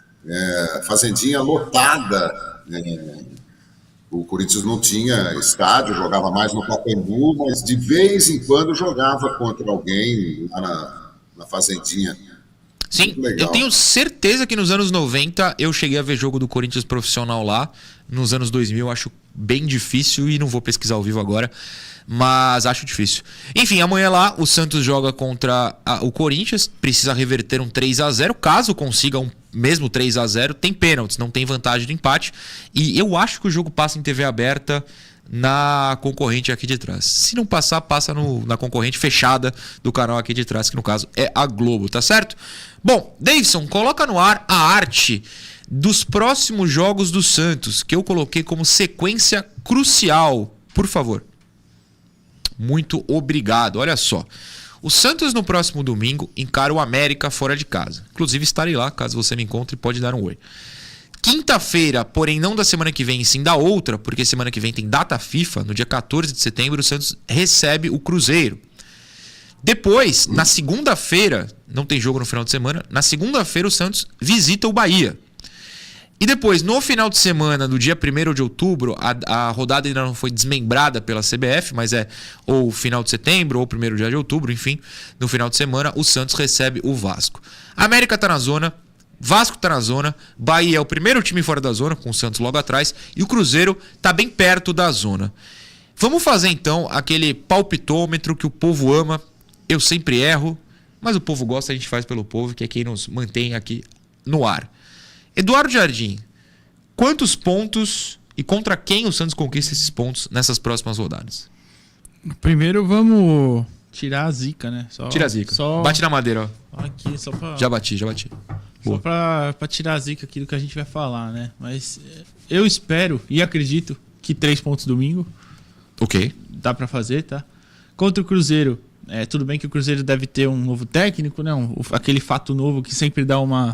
É, fazendinha lotada. É, o Corinthians não tinha estádio, jogava mais no Pacaembu, mas de vez em quando jogava contra alguém lá na, na Fazendinha. Sim, Muito legal. eu tenho certeza que nos anos noventa eu cheguei a ver jogo do Corinthians profissional lá. Nos anos dois mil eu acho bem difícil e não vou pesquisar ao vivo agora, mas acho difícil. Enfim, amanhã lá o Santos joga contra a- o Corinthians, precisa reverter um três a zero. Caso consiga um mesmo três a zero, tem pênaltis, não tem vantagem do empate. E eu acho que o jogo passa em T V aberta na concorrente aqui de trás. Se não passar, passa no, na concorrente fechada do canal aqui de trás, que no caso é a Globo, tá certo? Bom, Davidson, coloca no ar a arte dos próximos jogos do Santos, que eu coloquei como sequência crucial, por favor. Muito obrigado. Olha só. O Santos no próximo domingo encara o América fora de casa. Inclusive estarei lá, caso você me encontre, pode dar um oi. Quinta-feira, porém não da semana que vem, sim da outra, porque semana que vem tem data FIFA, no dia quatorze de setembro o Santos recebe o Cruzeiro. Depois, na segunda-feira, não tem jogo no final de semana, na segunda-feira o Santos visita o Bahia. E depois, no final de semana, do dia primeiro de outubro, a, a rodada ainda não foi desmembrada pela C B F, mas é ou final de setembro ou primeiro dia de outubro, enfim, no final de semana o Santos recebe o Vasco. A América tá na zona, Vasco tá na zona, Bahia é o primeiro time fora da zona, com o Santos logo atrás, e o Cruzeiro tá bem perto da zona. Vamos fazer então aquele palpitômetro que o povo ama. Eu sempre erro, mas o povo gosta, a gente faz pelo povo, que é quem nos mantém aqui no ar. Eduardo Jardim, quantos pontos e contra quem o Santos conquista esses pontos nessas próximas rodadas? Primeiro vamos tirar a zica, né? Só, Tira a zica. Só... Bate na madeira, ó. Aqui, só pra... Já bati, já bati. Só pra, pra tirar a zica aqui do que a gente vai falar, né? Mas eu espero e acredito que três pontos domingo. Ok. Dá pra fazer, tá? Contra o Cruzeiro, é, tudo bem que o Cruzeiro deve ter um novo técnico, né? Um, aquele fato novo que sempre dá uma...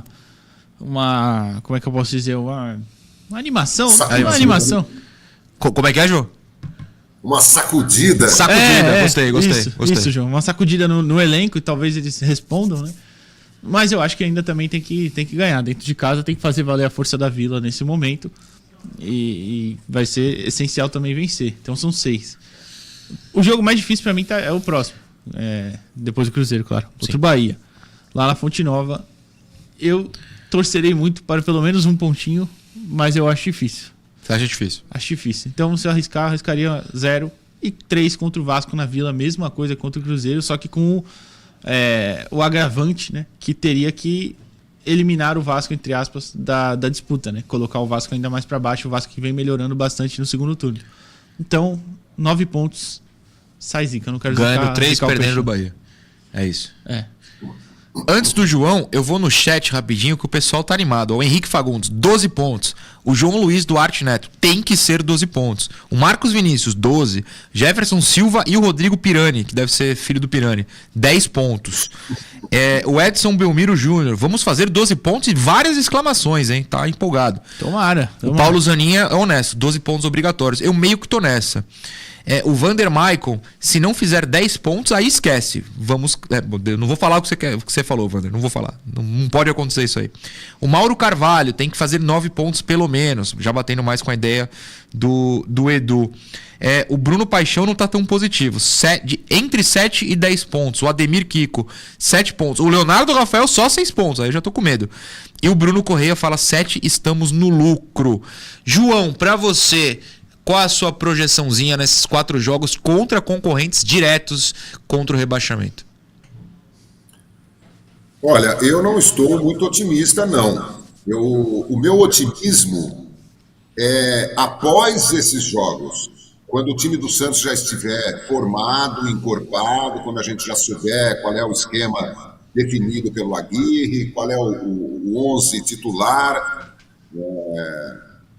Uma... Como é que eu posso dizer? Uma, uma animação. Sacudida. Uma animação. Co- como é que é, João? Uma sacudida. Sacudida, É, é, gostei, gostei, isso, gostei. Isso, João. Uma sacudida no, no elenco e talvez eles respondam, né? Mas eu acho que ainda também tem que, tem que ganhar. Dentro de casa tem que fazer valer a força da Vila nesse momento. E, e vai ser essencial também vencer. Então são seis. O jogo mais difícil pra mim tá, é o próximo. É, depois do Cruzeiro, claro. Contra Sim. o Bahia. Lá na Fonte Nova. Eu torcerei muito para pelo menos um pontinho, mas eu acho difícil. Você acha difícil? Acho difícil. Então, se eu arriscar, eu arriscaria zero e três contra o Vasco na Vila. Mesma coisa contra o Cruzeiro, só que com o, é, o agravante, né? Que teria que eliminar o Vasco, entre aspas, da, da disputa, né? Colocar o Vasco ainda mais para baixo. O Vasco que vem melhorando bastante no segundo turno. Então, nove pontos. Sai zica. Eu não quero Ganhando zicar, três, zicar o perdendo do peixinho. Bahia. É isso. É. Antes do João, eu vou no chat rapidinho que o pessoal tá animado. O Henrique Fagundes, doze pontos. O João Luiz Duarte Neto, tem que ser doze pontos. O Marcos Vinícius, doze. Jefferson Silva e o Rodrigo Pirani, que deve ser filho do Pirani, dez pontos. É, o Edson Belmiro Júnior, vamos fazer doze pontos e várias exclamações, hein? Tá empolgado. Tomara. O tomara. Paulo Zaninha é honesto, doze pontos obrigatórios. Eu meio que tô nessa. É, o Vander Maicon, se não fizer dez pontos, aí esquece. Vamos. É, eu não vou falar o que você, quer, o que você falou, Vander. Não vou falar. Não, não pode acontecer isso aí. O Mauro Carvalho tem que fazer nove pontos pelo menos. Já batendo mais com a ideia do, do Edu. É, o Bruno Paixão não tá tão positivo. Sete, entre sete e dez pontos. O Ademir Kiko, sete pontos. O Leonardo Rafael, só seis pontos. Aí eu já tô com medo. E o Bruno Correia fala sete, estamos no lucro. João, pra você, qual a sua projeçãozinha nesses quatro jogos contra concorrentes diretos contra o rebaixamento? Olha, eu não estou muito otimista, não. Eu, o meu otimismo é após esses jogos, quando o time do Santos já estiver formado, encorpado, quando a gente já souber qual é o esquema definido pelo Aguirre, qual é o, o, o onze titular. É,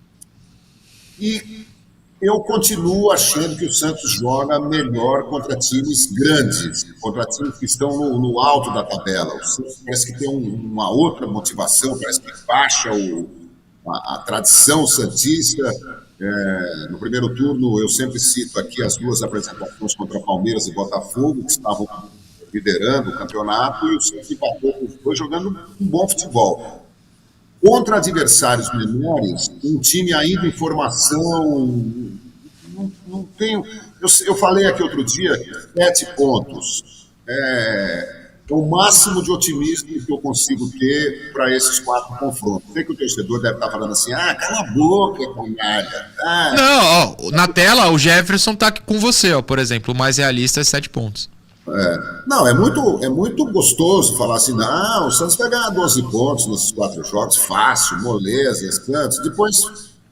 e eu continuo achando que o Santos joga melhor contra times grandes, contra times que estão no, no alto da tabela. O Santos parece que tem um, uma outra motivação, parece que baixa o, a, a tradição santista. É, no primeiro turno, eu sempre cito aqui as duas apresentações contra Palmeiras e Botafogo, que estavam liderando o campeonato, e o Santos empatou com os dois jogando um bom futebol. Contra adversários menores, um time ainda em formação, não, não tenho... Eu, eu falei aqui outro dia, sete pontos. É, é o máximo de otimismo que eu consigo ter para esses quatro confrontos. Sei que o torcedor deve estar falando assim, ah, cala a boca, canalha. Ah. Não, ó, na tela o Jefferson tá aqui com você, ó, por exemplo. O mais realista é sete pontos. É, não, é muito, é muito gostoso falar assim, não, o Santos vai ganhar doze pontos nesses quatro jogos, fácil, moleza, Santos. Depois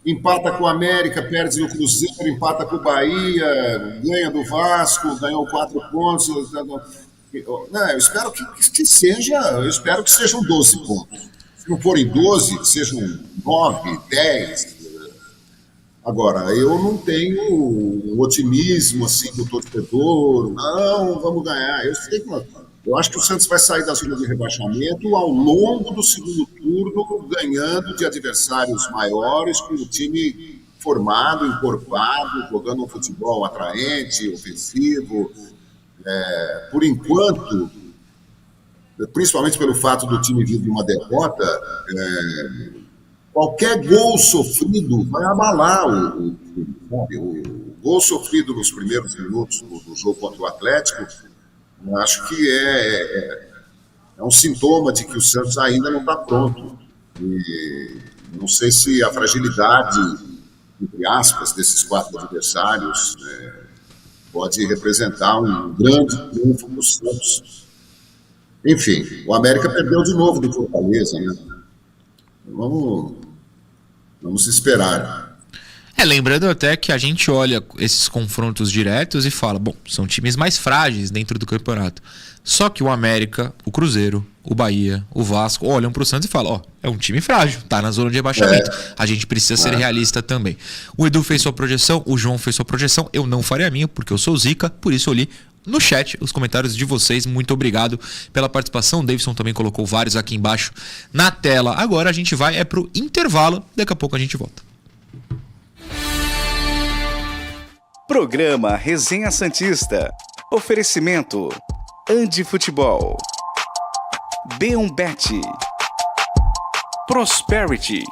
empata com o América, perde o Cruzeiro, empata com o Bahia, ganha do Vasco, ganhou quatro pontos. Não, eu espero que, que seja, eu espero que sejam doze pontos. Se não forem doze, sejam nove, dez. Agora, eu não tenho o otimismo assim do torcedor, não, vamos ganhar. Eu sei que nós, eu acho que o Santos vai sair da zona de rebaixamento ao longo do segundo turno, ganhando de adversários maiores, com o time formado, encorpado, jogando um futebol atraente, ofensivo. É, por enquanto, principalmente pelo fato do time vir de uma derrota, é, qualquer gol sofrido vai abalar o, o, o, o gol sofrido nos primeiros minutos do, do jogo contra o Atlético. Acho que é, é, é um sintoma de que o Santos ainda não está pronto. E não sei se a fragilidade, entre aspas, desses quatro adversários é, pode representar um grande triunfo para o Santos. Enfim, o América perdeu de novo do Fortaleza, né? Vamos, vamos esperar. É, lembrando até que a gente olha esses confrontos diretos e fala, bom, são times mais frágeis dentro do campeonato. Só que o América, o Cruzeiro, o Bahia, o Vasco olham pro Santos e falam, ó, é um time frágil, tá na zona de rebaixamento. É. A gente precisa ser é. realista também. O Edu fez sua projeção, o João fez sua projeção, eu não farei a minha, porque eu sou zica, por isso eu li no chat os comentários de vocês. Muito obrigado pela participação. O Davidson também colocou vários aqui embaixo na tela. Agora a gente vai é pro intervalo, daqui a pouco a gente volta. Programa Resenha Santista. Oferecimento Andi Futebol, B um Bet, Prosperity.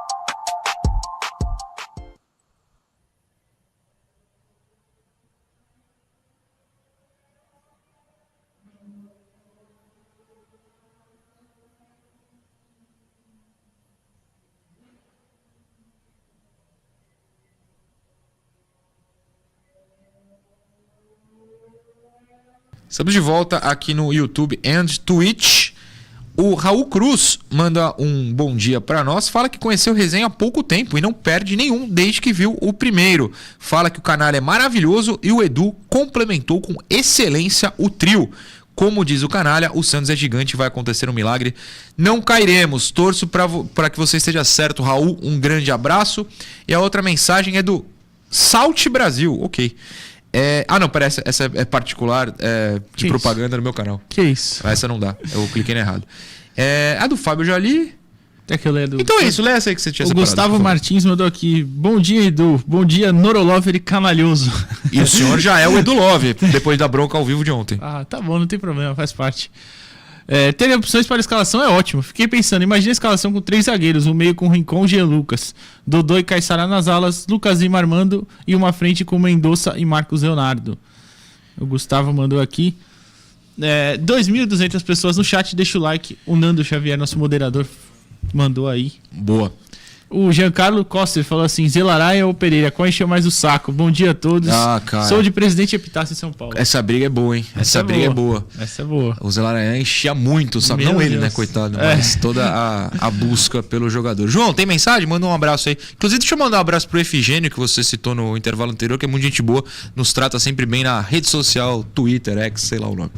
Estamos de volta aqui no YouTube and Twitch. O Raul Cruz manda um bom dia para nós. Fala que conheceu o Resenha há pouco tempo e não perde nenhum desde que viu o primeiro. Fala que o canal é maravilhoso e o Edu complementou com excelência o trio. Como diz o canalha, o Santos é gigante, vai acontecer um milagre. Não cairemos. Torço para que você esteja certo, Raul. Um grande abraço. E a outra mensagem é do Salt Brasil. Ok. É... Ah, não, parece essa é particular é, de que propaganda isso? No meu canal. Que isso? Essa não dá, eu cliquei no errado. É... A do Fábio eu já li. É que eu leio do... Então é isso, lê essa aí que você tinha o separado. O Gustavo Martins mandou aqui. Bom dia, Edu. Bom dia, Norolover e canalhoso. E o senhor já é o Edu Love, depois da bronca ao vivo de ontem. Ah, tá bom, não tem problema, faz parte. É, ter opções para a escalação é ótimo. Fiquei pensando, imagina a escalação com três zagueiros, um meio com Rincon, Jean Lucas, Dodô e Caissara nas alas, Lucas Lima Armando e uma frente com Mendonça e Marcos Leonardo. O Gustavo mandou aqui. É, dois mil e duzentas pessoas no chat, deixa o like. O Nando Xavier, nosso moderador, mandou aí. Boa. O Giancarlo Costa falou assim: Zelaraia ou Pereira, qual encheu mais o saco? Bom dia a todos. Ah, cara. Sou de Presidente Epitácio em São Paulo. Essa briga é boa, hein? Essa, Essa é briga boa. é boa. Essa é boa. O Zelaraia enchia muito, sabe? Meu Não Deus. Ele, né, coitado, é. Mas toda a, a busca pelo jogador. João, tem mensagem? Manda um abraço aí. Inclusive, deixa eu mandar um abraço pro Efigênio, que você citou no intervalo anterior, que é muito gente boa. Nos trata sempre bem na rede social, Twitter, X, sei lá o nome.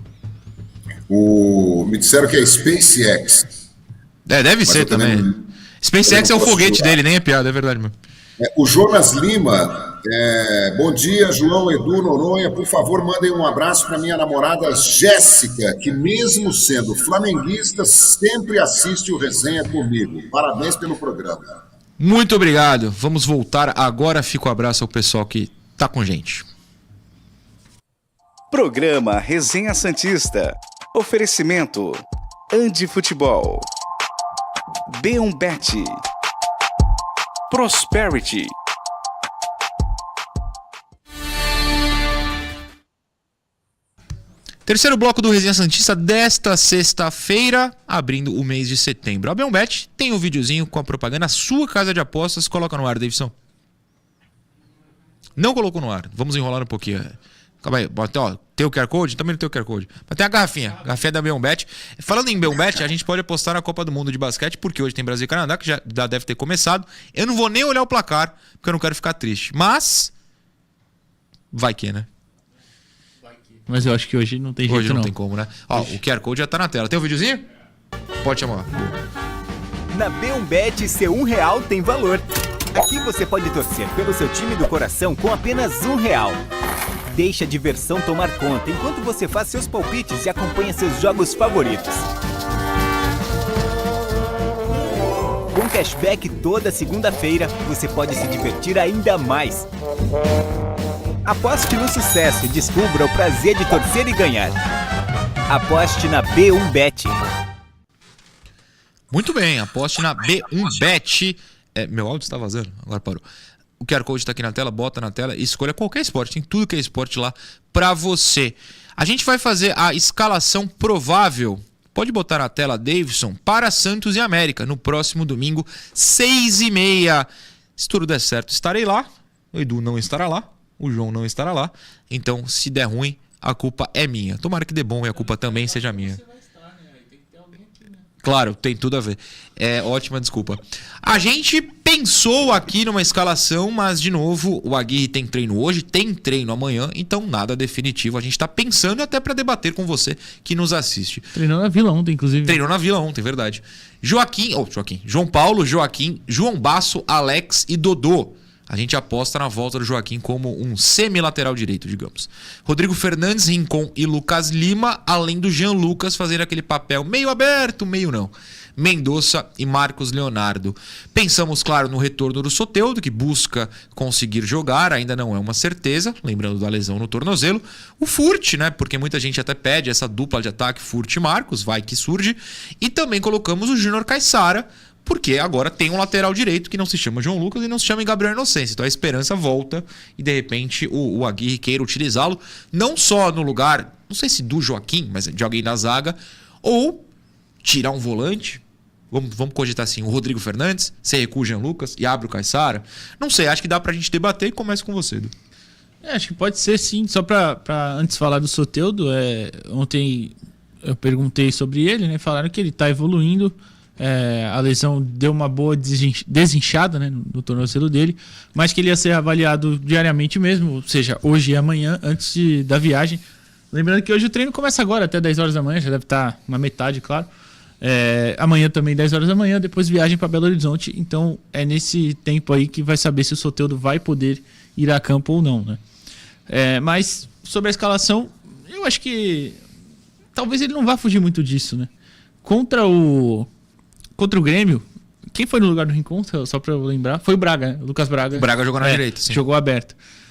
O... Me disseram que é SpaceX. É, deve Mas ser também. também. SpaceX é o foguete dele, nem é piada, é verdade, mano. É, o Jonas Lima, é, bom dia, João, Edu, Noronha, por favor, mandem um abraço para minha namorada Jéssica, que mesmo sendo flamenguista, sempre assiste o Resenha comigo. Parabéns pelo programa. Muito obrigado. Vamos voltar agora. Fica o um abraço ao pessoal que tá com gente. Programa Resenha Santista. Oferecimento Andi Futebol, B um Bet, Prosperity. Terceiro bloco do Resenha Santista desta sexta-feira, abrindo o mês de setembro. A B um Bet tem um videozinho com a propaganda. A sua casa de apostas, coloca no ar, Davidson. Não colocou no ar. Vamos enrolar um pouquinho. Calma aí, bota, ó, tem o Q R Code? Também não tem o Q R Code. Mas tem a garrafinha, a garrafinha da BeonBet. Falando em BeonBet, a gente pode apostar na Copa do Mundo de basquete, porque hoje tem Brasil e Canadá, que já deve ter começado. Eu não vou nem olhar o placar, porque eu não quero ficar triste. Mas, vai que, né? Mas eu acho que hoje não tem jeito, Hoje não, não tem como, né? Ó, o Q R Code já tá na tela. Tem um videozinho? Pode chamar. Na BeonBet, seu um real tem valor. Aqui você pode torcer pelo seu time do coração com apenas um real. Deixe a diversão tomar conta enquanto você faz seus palpites e acompanha seus jogos favoritos. Com cashback toda segunda-feira, você pode se divertir ainda mais. Aposte no sucesso e descubra o prazer de torcer e ganhar. Aposte na BeonBet. Muito bem, aposte na BeonBet. É, meu áudio está vazando, agora parou. O Q R Code está aqui na tela, bota na tela e escolha qualquer esporte. Tem tudo que é esporte lá para você. A gente vai fazer a escalação provável. Pode botar na tela, Davidson, para Santos e América no próximo domingo, seis e meia. Se tudo der certo, estarei lá. O Edu não estará lá. O João não estará lá. Então, se der ruim, a culpa é minha. Tomara que dê bom e a culpa também seja minha. Claro, tem tudo a ver. É ótima desculpa. A gente pensou aqui numa escalação, mas, de novo, o Aguirre tem treino hoje, tem treino amanhã, então nada definitivo. A gente tá pensando até para debater com você que nos assiste. Treinou na Vila ontem, inclusive. Treinou na Vila ontem, verdade. Joaquim, oh, Joaquim, João Paulo, Joaquim, João Basso, Alex e Dodô. A gente aposta na volta do Joaquim como um semi-lateral direito, digamos. Rodrigo Fernandes, Rincon e Lucas Lima, além do Jean Lucas fazendo aquele papel meio aberto, meio não. Mendonça e Marcos Leonardo. Pensamos, claro, no retorno do Soteldo, que busca conseguir jogar, ainda não é uma certeza, lembrando da lesão no tornozelo. O Furt, né? Porque muita gente até pede essa dupla de ataque Furt e Marcos, vai que surge. E também colocamos o Júnior Caissara, porque agora tem um lateral direito que não se chama João Lucas e não se chama Gabriel Inocêncio. Então a esperança volta e de repente o, o Aguirre queira utilizá-lo, não só no lugar, não sei se do Joaquim, mas de alguém da zaga, ou tirar um volante. Vamos, vamos cogitar assim, o Rodrigo Fernandes, você recua o Jean Lucas e abre o Caissara. Não sei, acho que dá pra gente debater e começa com você, Edu. É, acho que pode ser sim. Só pra, pra antes falar do Soteldo, é, ontem eu perguntei sobre ele, né? Falaram que ele tá evoluindo. É, a lesão deu uma boa desinchada, né, no, no tornozelo dele, mas que ele ia ser avaliado diariamente mesmo, ou seja, hoje e amanhã, antes de, da viagem. Lembrando que hoje o treino começa agora, até dez horas da manhã, já deve estar na metade, claro. É, amanhã também, dez horas da manhã, depois viagem para Belo Horizonte. Então é nesse tempo aí que vai saber se o Soteldo vai poder ir a campo ou não, né? É, mas sobre a escalação, eu acho que talvez ele não vá fugir muito disso, né? Contra o Contra o Grêmio, quem foi no lugar do Rincon, só pra eu lembrar? Foi o Braga, né? O Lucas Braga. O Braga jogou na é, direita, sim. Jogou aberto.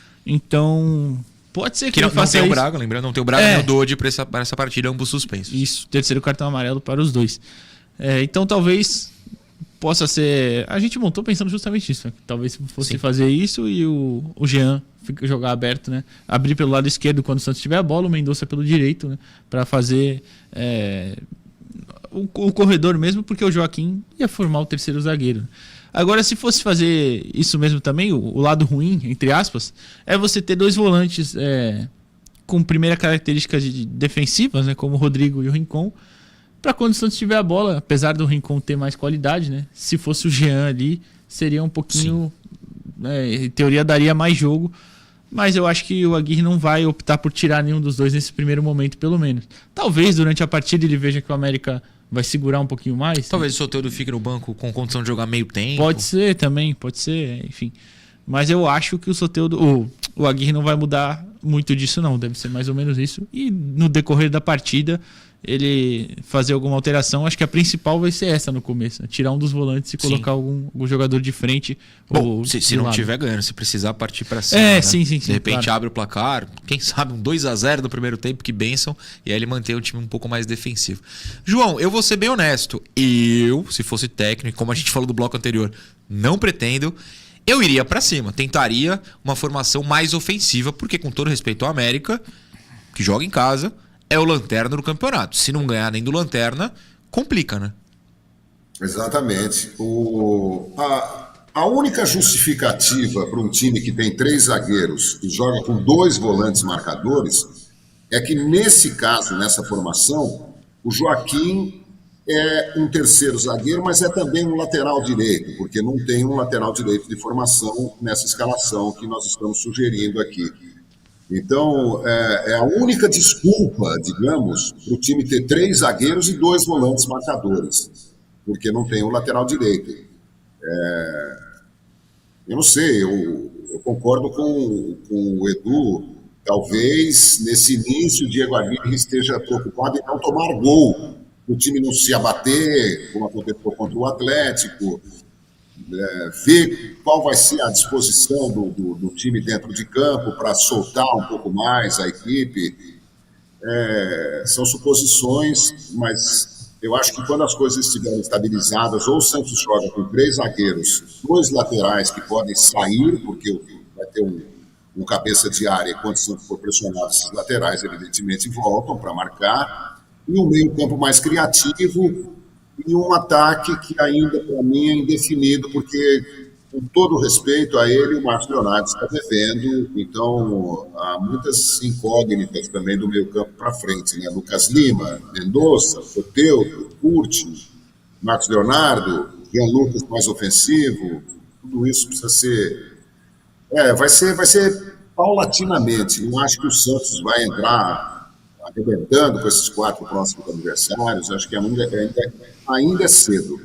Então, pode ser que, que ele não, faça não tem isso. o Braga, lembrando, não tem o Braga é. nem o Dodi pra essa, pra essa partida, ambos suspensos. Isso, terceiro cartão amarelo para os dois. É, então, talvez possa ser... A gente montou pensando justamente isso, né? Talvez fosse sim. fazer isso e o, o Jean jogar aberto, né? Abrir pelo lado esquerdo quando o Santos tiver a bola, o Mendonça pelo direito, né? Para fazer... É... O, o corredor mesmo, porque o Joaquim ia formar o terceiro zagueiro. Agora, se fosse fazer isso mesmo também, o, o lado ruim, entre aspas, é você ter dois volantes é, com primeira característica de defensivas, né, como o Rodrigo e o Rincon, para quando o Santos tiver a bola, apesar do Rincon ter mais qualidade, né, se fosse o Jean ali, seria um pouquinho... É, em teoria, daria mais jogo. Mas eu acho que o Aguirre não vai optar por tirar nenhum dos dois nesse primeiro momento, pelo menos. Talvez durante a partida ele veja que o América vai segurar um pouquinho mais. Talvez né? o Soteldo fique no banco com condição de jogar meio tempo. Pode ser também, pode ser, enfim. Mas eu acho que o Soteldo, o, o Aguirre não vai mudar muito disso não, deve ser mais ou menos isso. E no decorrer da partida, ele fazer alguma alteração, acho que a principal vai ser essa no começo, né? Tirar um dos volantes e colocar algum, algum jogador de frente. Bom, ou se, se não lado. tiver ganhando, se precisar partir para cima. É, né? sim, sim, sim. De repente claro. abre o placar, quem sabe um dois a zero no primeiro tempo, que benção, e aí ele mantém o time um pouco mais defensivo. João, eu vou ser bem honesto, eu, se fosse técnico, como a gente falou do bloco anterior, não pretendo, eu iria para cima, tentaria uma formação mais ofensiva, porque com todo respeito ao América, que joga em casa, é o lanterna do campeonato. Se não ganhar nem do lanterna, complica, né? Exatamente. O, a, A única justificativa para um time que tem três zagueiros e joga com dois volantes marcadores é que, nesse caso, nessa formação, o Joaquim é um terceiro zagueiro, mas é também um lateral direito, porque não tem um lateral direito de formação nessa escalação que nós estamos sugerindo aqui. Então, é, é a única desculpa, digamos, para o time ter três zagueiros e dois volantes marcadores, porque não tem um lateral direito. É, eu não sei, eu, eu concordo com, com o Edu. Talvez, nesse início, o Diego Aguirre esteja preocupado em não tomar gol, o time não se abater, como aconteceu contra o Atlético, é, ver qual vai ser a disposição do, do, do time dentro de campo para soltar um pouco mais a equipe. É, são suposições, mas eu acho que quando as coisas estiverem estabilizadas, ou o Santos joga com três zagueiros, dois laterais que podem sair, porque vai ter um, um cabeça de área, e quando o Santos for pressionado, esses laterais evidentemente voltam para marcar, e um meio-campo mais criativo e um ataque que ainda, para mim, é indefinido, porque, com todo respeito a ele, o Marcos Leonardo está devendo, então há muitas incógnitas também do meio-campo para frente, né? Lucas Lima, Mendonça, Soteldo, Curti, Marcos Leonardo, Jean Lucas mais ofensivo, tudo isso precisa ser... É, vai ser, vai ser paulatinamente, não acho que o Santos vai entrar arrebentando com esses quatro próximos adversários, acho que ainda, ainda, ainda é cedo.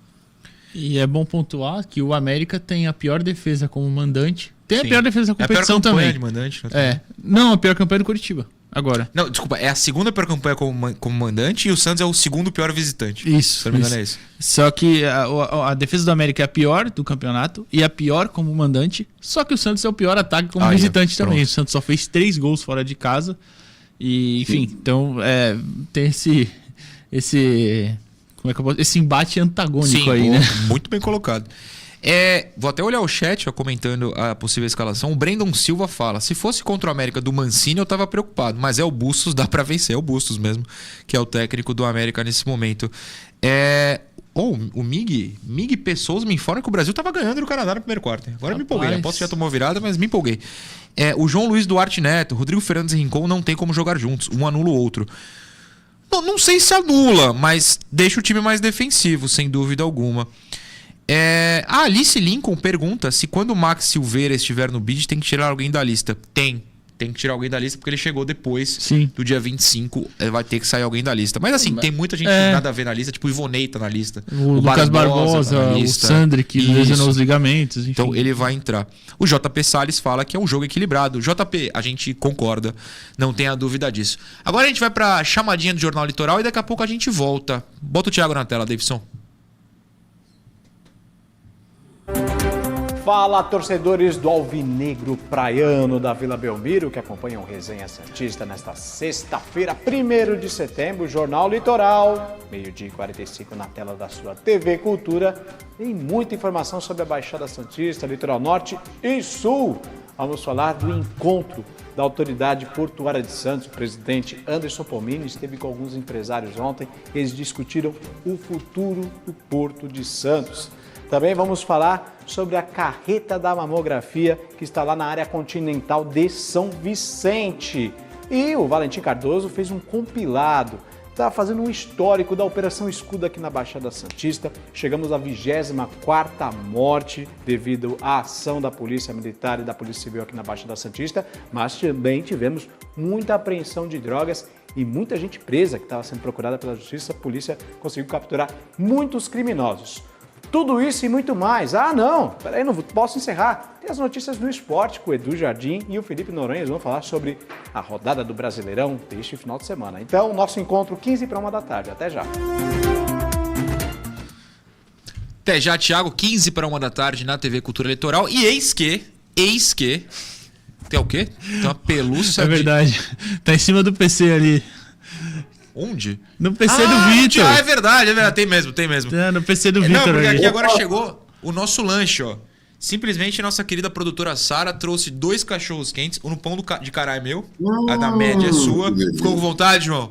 E é bom pontuar que o América tem a pior defesa como mandante, tem Sim. a pior defesa da competição é a pior também. De mandante, é. Não, a pior campanha do Curitiba, agora. Não, desculpa, é a segunda pior campanha como, como mandante e o Santos é o segundo pior visitante. Isso. Se não me engano, isso. é isso. Só que a, a, a defesa do América é a pior do campeonato e a pior como mandante, só que o Santos é o pior ataque como ah, visitante é. também. Pronto. O Santos só fez três gols fora de casa. E, enfim, então é, tem esse, esse, como é que eu posso, esse embate antagônico Sim, aí, boa, né? Muito bem colocado. É, vou até olhar o chat, ó, comentando a possível escalação. O Brandon Silva fala: se fosse contra o América do Mancini, eu tava preocupado. Mas é o Bustos, dá pra vencer. É o Bustos mesmo, que é o técnico do América nesse momento. É... Oh, o Mig, Mig Pessoas me informa que o Brasil tava ganhando no Canadá no primeiro quarto. Agora Rapaz. me empolguei. Aposto que já tomou virada, mas me empolguei. É, o João Luiz Duarte Neto, Rodrigo Fernandes e Rincon não tem como jogar juntos. Um anula o outro. Não, não sei se anula, mas deixa o time mais defensivo, sem dúvida alguma. É... A Alice Lincoln pergunta se quando o Max Silveira estiver no bid tem que tirar alguém da lista. Tem. Tem que tirar alguém da lista porque ele chegou depois Sim. do dia vinte e cinco. Vai ter que sair alguém da lista. Mas assim, Mas, tem muita gente é... nada a ver na lista. Tipo o Ivonei tá na lista. O, o Lucas Barbosa, tá o Sandri que lesionou os ligamentos. Enfim. Então ele vai entrar. O J P Salles fala que é um jogo equilibrado. J P, a gente concorda. Não tenha dúvida disso. Agora a gente vai pra chamadinha do Jornal Litoral e daqui a pouco a gente volta. Bota o Thiago na tela, Davidson. Fala, torcedores do Alvinegro Praiano da Vila Belmiro, que acompanham o Resenha Santista nesta sexta-feira, primeiro de setembro, Jornal Litoral, meio-dia e quarenta e cinco na tela da sua T V Cultura. Tem muita informação sobre a Baixada Santista, Litoral Norte e Sul. Vamos falar do encontro da Autoridade Portuária de Santos. O presidente Anderson Pomini esteve com alguns empresários ontem. Eles discutiram o futuro do Porto de Santos. Também vamos falar sobre a carreta da mamografia que está lá na área continental de São Vicente. E o Valentim Cardoso fez um compilado, está fazendo um histórico da Operação Escudo aqui na Baixada Santista. Chegamos à vigésima quarta morte devido à ação da Polícia Militar e da Polícia Civil aqui na Baixada Santista, mas também tivemos muita apreensão de drogas e muita gente presa que estava sendo procurada pela Justiça. A polícia conseguiu capturar muitos criminosos. Tudo isso e muito mais. Ah, não, peraí, não posso encerrar. Tem as notícias do esporte com o Edu Jardim e o Felipe Noronha. Eles vão falar sobre a rodada do Brasileirão deste final de semana. Então, nosso encontro quinze para uma da tarde. Até já. Até já, Thiago. quinze para uma da tarde na T V Cultura Litoral. E eis que, eis que... Tem o quê? Tem uma pelúcia É verdade. De... Tá em cima do P C ali. Onde? No P C ah, do Vitor. Ah, é verdade, é verdade. Tem mesmo, tem mesmo. É, no P C do é, Vitor. Não, porque ali. aqui agora chegou o nosso lanche, ó. Simplesmente nossa querida produtora Sara trouxe dois cachorros quentes. Um no pão do ca... de cará é meu, uhum. A da média é sua. Ficou com vontade, João?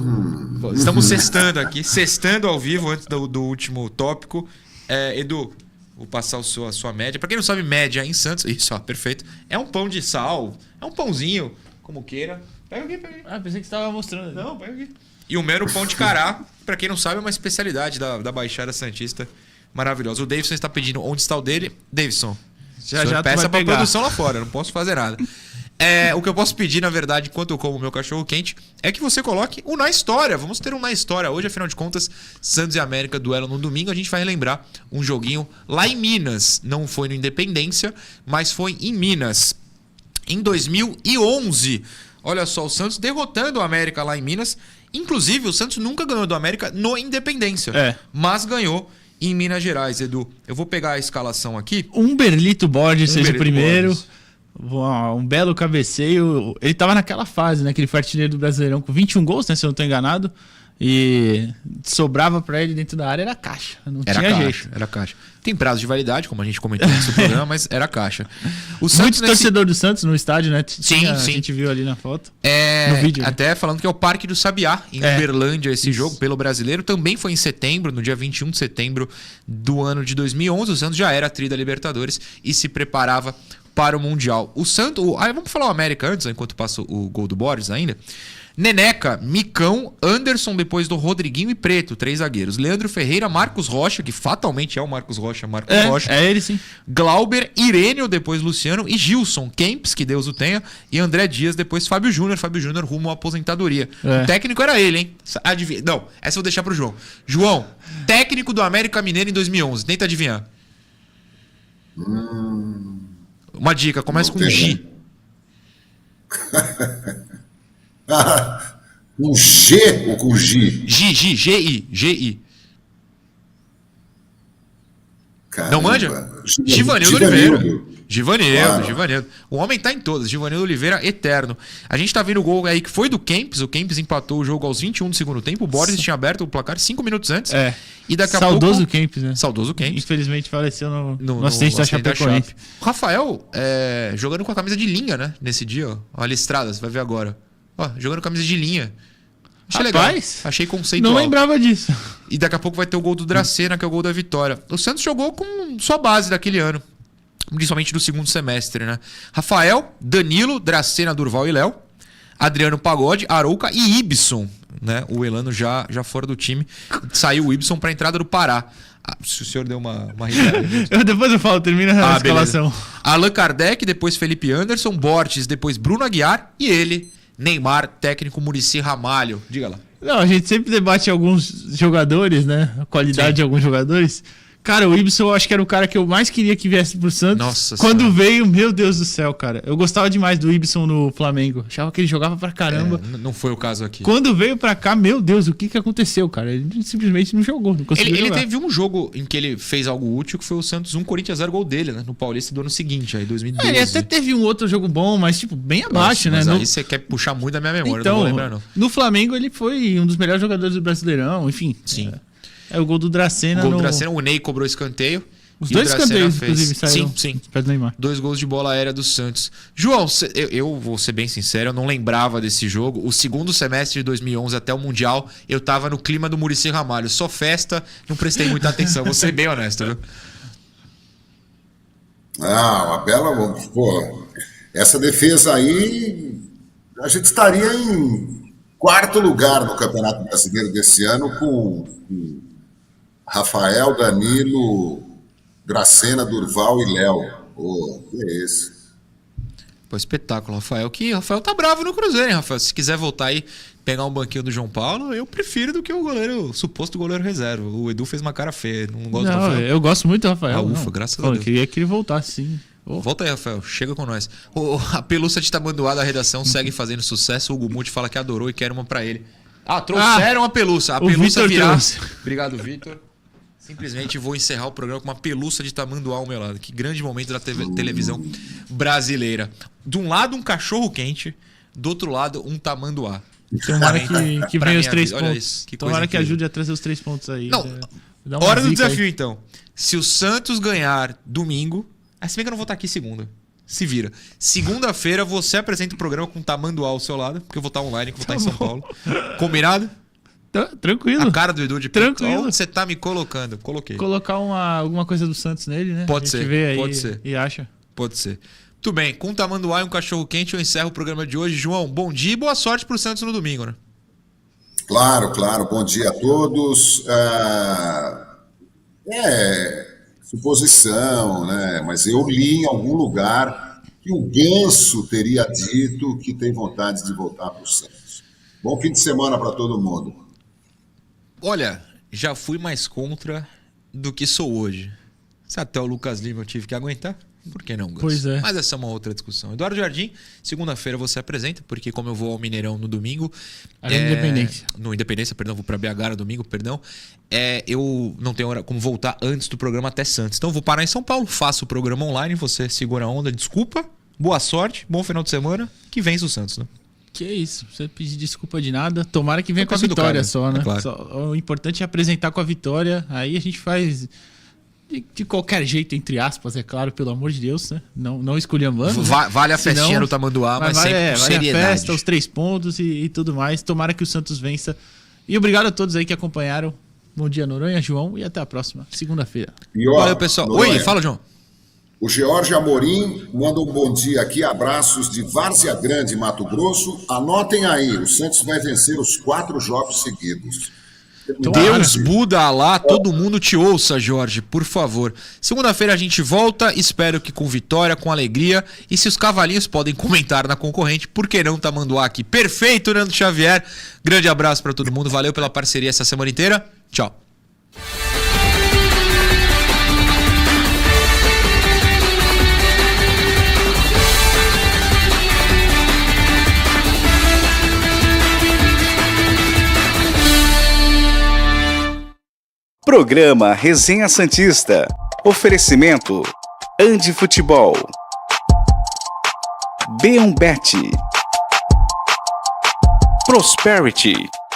Uhum. Estamos sextando aqui, sextando ao vivo antes do, do último tópico. É, Edu, Vou passar o seu, a sua média. Pra quem não sabe, média em Santos... Isso, ó, perfeito. É um pão de sal. É um pãozinho, como queira. Pega aqui, pega aqui. Ah, pensei que você tava mostrando. Não, pega aqui. E o mero pão de cará, pra quem não sabe, é uma especialidade da, da Baixada Santista. Maravilhosa. O Davidson está pedindo onde está o dele. Davidson, Já já tu peça vai pra pegar. produção lá fora, não posso fazer nada. É, o que eu posso pedir, na verdade, enquanto eu como o meu cachorro quente, é que você coloque o Na História. Vamos ter um Na História hoje, afinal de contas, Santos e América duelo no domingo. A gente vai relembrar um joguinho lá em Minas. Não foi no Independência, mas foi em Minas. Em dois mil e onze, olha só, o Santos derrotando o América lá em Minas. Inclusive, o Santos nunca ganhou do América no Independência, É. mas ganhou em Minas Gerais, Edu. Eu vou pegar a escalação aqui. Um Berlito Borges seja o Berlito primeiro. Borges. Uau, um belo cabeceio. Ele tava naquela fase, né? Que ele foi artilheiro do Brasileirão com vinte e um gols, né? Se eu não tô enganado. E sobrava pra ele dentro da área, era caixa. Não Era tinha caixa, jeito. era caixa. Tem prazo de validade, como a gente comentou nesse programa, mas era caixa. O Santos Muito nesse... torcedor do Santos no estádio, né? Tinha, sim. A gente viu ali na foto. É, No vídeo, né? até falando que é o Parque do Sabiá, em É. Uberlândia, esse Isso. jogo, pelo brasileiro. Também foi em setembro, no dia vinte e um de setembro do ano de dois mil e onze. O Santos já era tri da Libertadores e se preparava para o Mundial. O Santos... o- Ah, vamos falar o América antes, enquanto passa o gol do Borges ainda. Neneca, Micão, Anderson, depois do Rodriguinho e Preto, três zagueiros. Leandro Ferreira, Marcos Rocha, que fatalmente é o Marcos Rocha, Marcos É, Rocha. é ele sim. Glauber, Irênio, depois Luciano e Gilson, Kempis, que Deus o tenha, e André Dias, depois Fábio Júnior, Fábio Júnior rumo à aposentadoria. É. O técnico era ele, hein? Adivinha. Não, essa eu vou deixar pro João. João, técnico do América Mineiro em dois mil e onze, tenta adivinhar. Uma dica, começa Não com tem, G. né? Com G ou com G? G, G, G, I, G, I. Caramba. Não manja? Givanildo. Givanildo Oliveira. Givanildo, Claro. Givanildo. O homem tá em todas. Givanildo Oliveira, eterno. A gente tá vendo o gol aí que foi do Kempis. O Kempis empatou o jogo aos vinte e um do segundo tempo. O Borges tinha aberto o placar cinco minutos antes. É. E daqui a Saudoso pouco... Kempis, né? Saudoso Kempis. Infelizmente faleceu no, No, no, acidente da acidente Chapecoense. Chape. O Rafael é, jogando com a camisa de linha, né? Nesse dia, ó. Ó, a listrada, você vai ver agora. Ó, jogando camisa de linha. Achei Rapaz, legal. Achei conceitual. Não lembrava disso. E daqui a pouco vai ter o gol do Dracena, que é o gol da vitória. O Santos jogou com sua base daquele ano. Principalmente do segundo semestre, né? Rafael, Danilo, Dracena, Durval e Léo. Adriano Pagode, Arouca e Ibson, né? O Elano já, já fora do time. Saiu o Ibson para a entrada do Pará. Ah, se o senhor deu uma, uma risada. Eu, depois eu falo, termina a Ah, escalação. beleza. Allan Kardec, depois Felipe Anderson, Borges, depois Bruno Aguiar e ele, Neymar, técnico Muricy Ramalho. Diga lá. Não, a gente sempre debate alguns jogadores, né? A qualidade Sim. de alguns jogadores. Cara, o Ibson eu acho que era o cara que eu mais queria que viesse pro Santos. Nossa Quando Senhora. veio, meu Deus do céu, cara. Eu gostava demais do Ibson no Flamengo. Achava que ele jogava pra caramba. É, n- não foi o caso aqui. Quando veio pra cá, meu Deus, o que que aconteceu, cara? Ele simplesmente não jogou, não conseguiu Ele, ele jogar. teve um jogo em que ele fez algo útil, que foi o Santos um, Corinthians zero, gol dele, né? No Paulista do ano seguinte, aí dois mil e doze. É, ele até teve um outro jogo bom, mas tipo, bem abaixo, Nossa, mas né? aí No- você quer puxar muito da minha memória, Então, não vou lembrar não. no Flamengo ele foi um dos melhores jogadores do Brasileirão, enfim. Sim. É, é o gol do Dracena O gol do no... Dracena, o Ney cobrou escanteio. Os e dois o Dracena escanteios, fez. inclusive, saíram Sim, sim. perto do Neymar. Dois gols de bola aérea do Santos. João, cê- eu, eu vou ser bem sincero, eu não lembrava desse jogo. O segundo semestre de dois mil e onze até o Mundial, eu tava no clima do Muricy Ramalho. Só festa, não prestei muita atenção. Vou ser bem honesto, viu? Ah, uma bela. Pô, essa defesa aí, a gente estaria em quarto lugar no Campeonato Brasileiro desse ano com, com Rafael, Danilo, Dracena, Durval e Léo. Pô, que é esse? Pô, espetáculo, Rafael. Que Rafael tá bravo no Cruzeiro, hein, Rafael? Se quiser voltar aí, pegar um banquinho do João Paulo, eu prefiro do que o goleiro, o suposto goleiro reserva. O Edu fez uma cara feia, não gosto do Não, Rafael. eu gosto muito do Rafael. Ah, ufa, não. graças a Pô, Deus. Eu queria que ele voltasse, sim. Pô, Volta aí, Rafael. Chega com nós. O, a pelúcia de Tamanduá da redação segue fazendo sucesso. O Hugo Muti fala que adorou e quer uma pra ele. Ah, trouxeram a pelúcia. A o pelúcia Vitor virá. trouxe. Obrigado, Vitor. Simplesmente vou encerrar o programa com uma pelúcia de Tamanduá ao meu lado. Que grande momento da T V televisão brasileira. De um lado, um cachorro quente. Do outro lado, um Tamanduá. Tomara que, que Pra venha os minha três vida. Olha pontos. isso, que coisa Tomara que incrível. ajude a trazer os três pontos aí. Não, É, dá uma hora do zica aí. desafio, então. Se o Santos ganhar domingo... Ah, se bem que eu não vou estar aqui segunda. Se vira. Segunda-feira você apresenta o programa com o Tamanduá ao seu lado, porque eu vou estar online, que eu vou estar em São Paulo. Combinado? Tá, tranquilo. A cara do Edu de Tranquilo. Onde você tá me colocando? Coloquei. Colocar uma, alguma coisa do Santos nele, né? Pode a gente ser, vê aí pode ser. E acha. Pode ser. Muito bem, com um tamanduá e um cachorro quente eu encerro o programa de hoje. João, bom dia e boa sorte pro Santos no domingo, né? Claro, claro. Bom dia a todos. Ah, é suposição, né? Mas eu li em algum lugar que o Ganso teria dito que tem vontade de voltar para o Santos. Bom fim de semana para todo mundo. Olha, já fui mais contra do que sou hoje. Se até o Lucas Lima eu tive que aguentar, por que não, Ganso? Pois é. Mas essa é uma outra discussão. Eduardo Jardim, segunda-feira você apresenta, porque como eu vou ao Mineirão no domingo... Ali é, Independência. No Independência, perdão, vou para B H no domingo, perdão. É, eu não tenho hora como voltar antes do programa até Santos. Então eu vou parar em São Paulo, faço o programa online, você segura a onda, desculpa, boa sorte, bom final de semana, que vence o Santos, né? Que isso, você pedir desculpa de nada. Tomara que venha Tô com a pensando do vitória cara, só, né? é claro. Só, o importante é apresentar com a vitória. Aí a gente faz de, de qualquer jeito, entre aspas, é claro, pelo amor de Deus, né? Não, não escolhamos. Va- vale a festinha Senão, no Tamanduá, mas, vale, sempre é, com vale seriedade. a festa, os três pontos e, e tudo mais. Tomara que o Santos vença. E obrigado a todos aí que acompanharam. Bom dia, Noronha, João, e até a próxima, segunda-feira. E, ó, Valeu, pessoal. Noronha, Oi, fala, João. O George Amorim manda um bom dia aqui, abraços de Várzea Grande, Mato Grosso. Anotem aí, o Santos vai vencer os quatro jogos seguidos. Deus, Buda, Alá, todo mundo te ouça, Jorge, por favor. Segunda-feira a gente volta, espero que com vitória, com alegria. E se os cavalinhos podem comentar na concorrente, por que não Tamanduá aqui? Perfeito, Nando Xavier. Grande abraço pra todo mundo, valeu pela parceria essa semana inteira. Tchau. Programa Resenha Santista. Oferecimento Andi Futebol. B um Bet. Prosperity.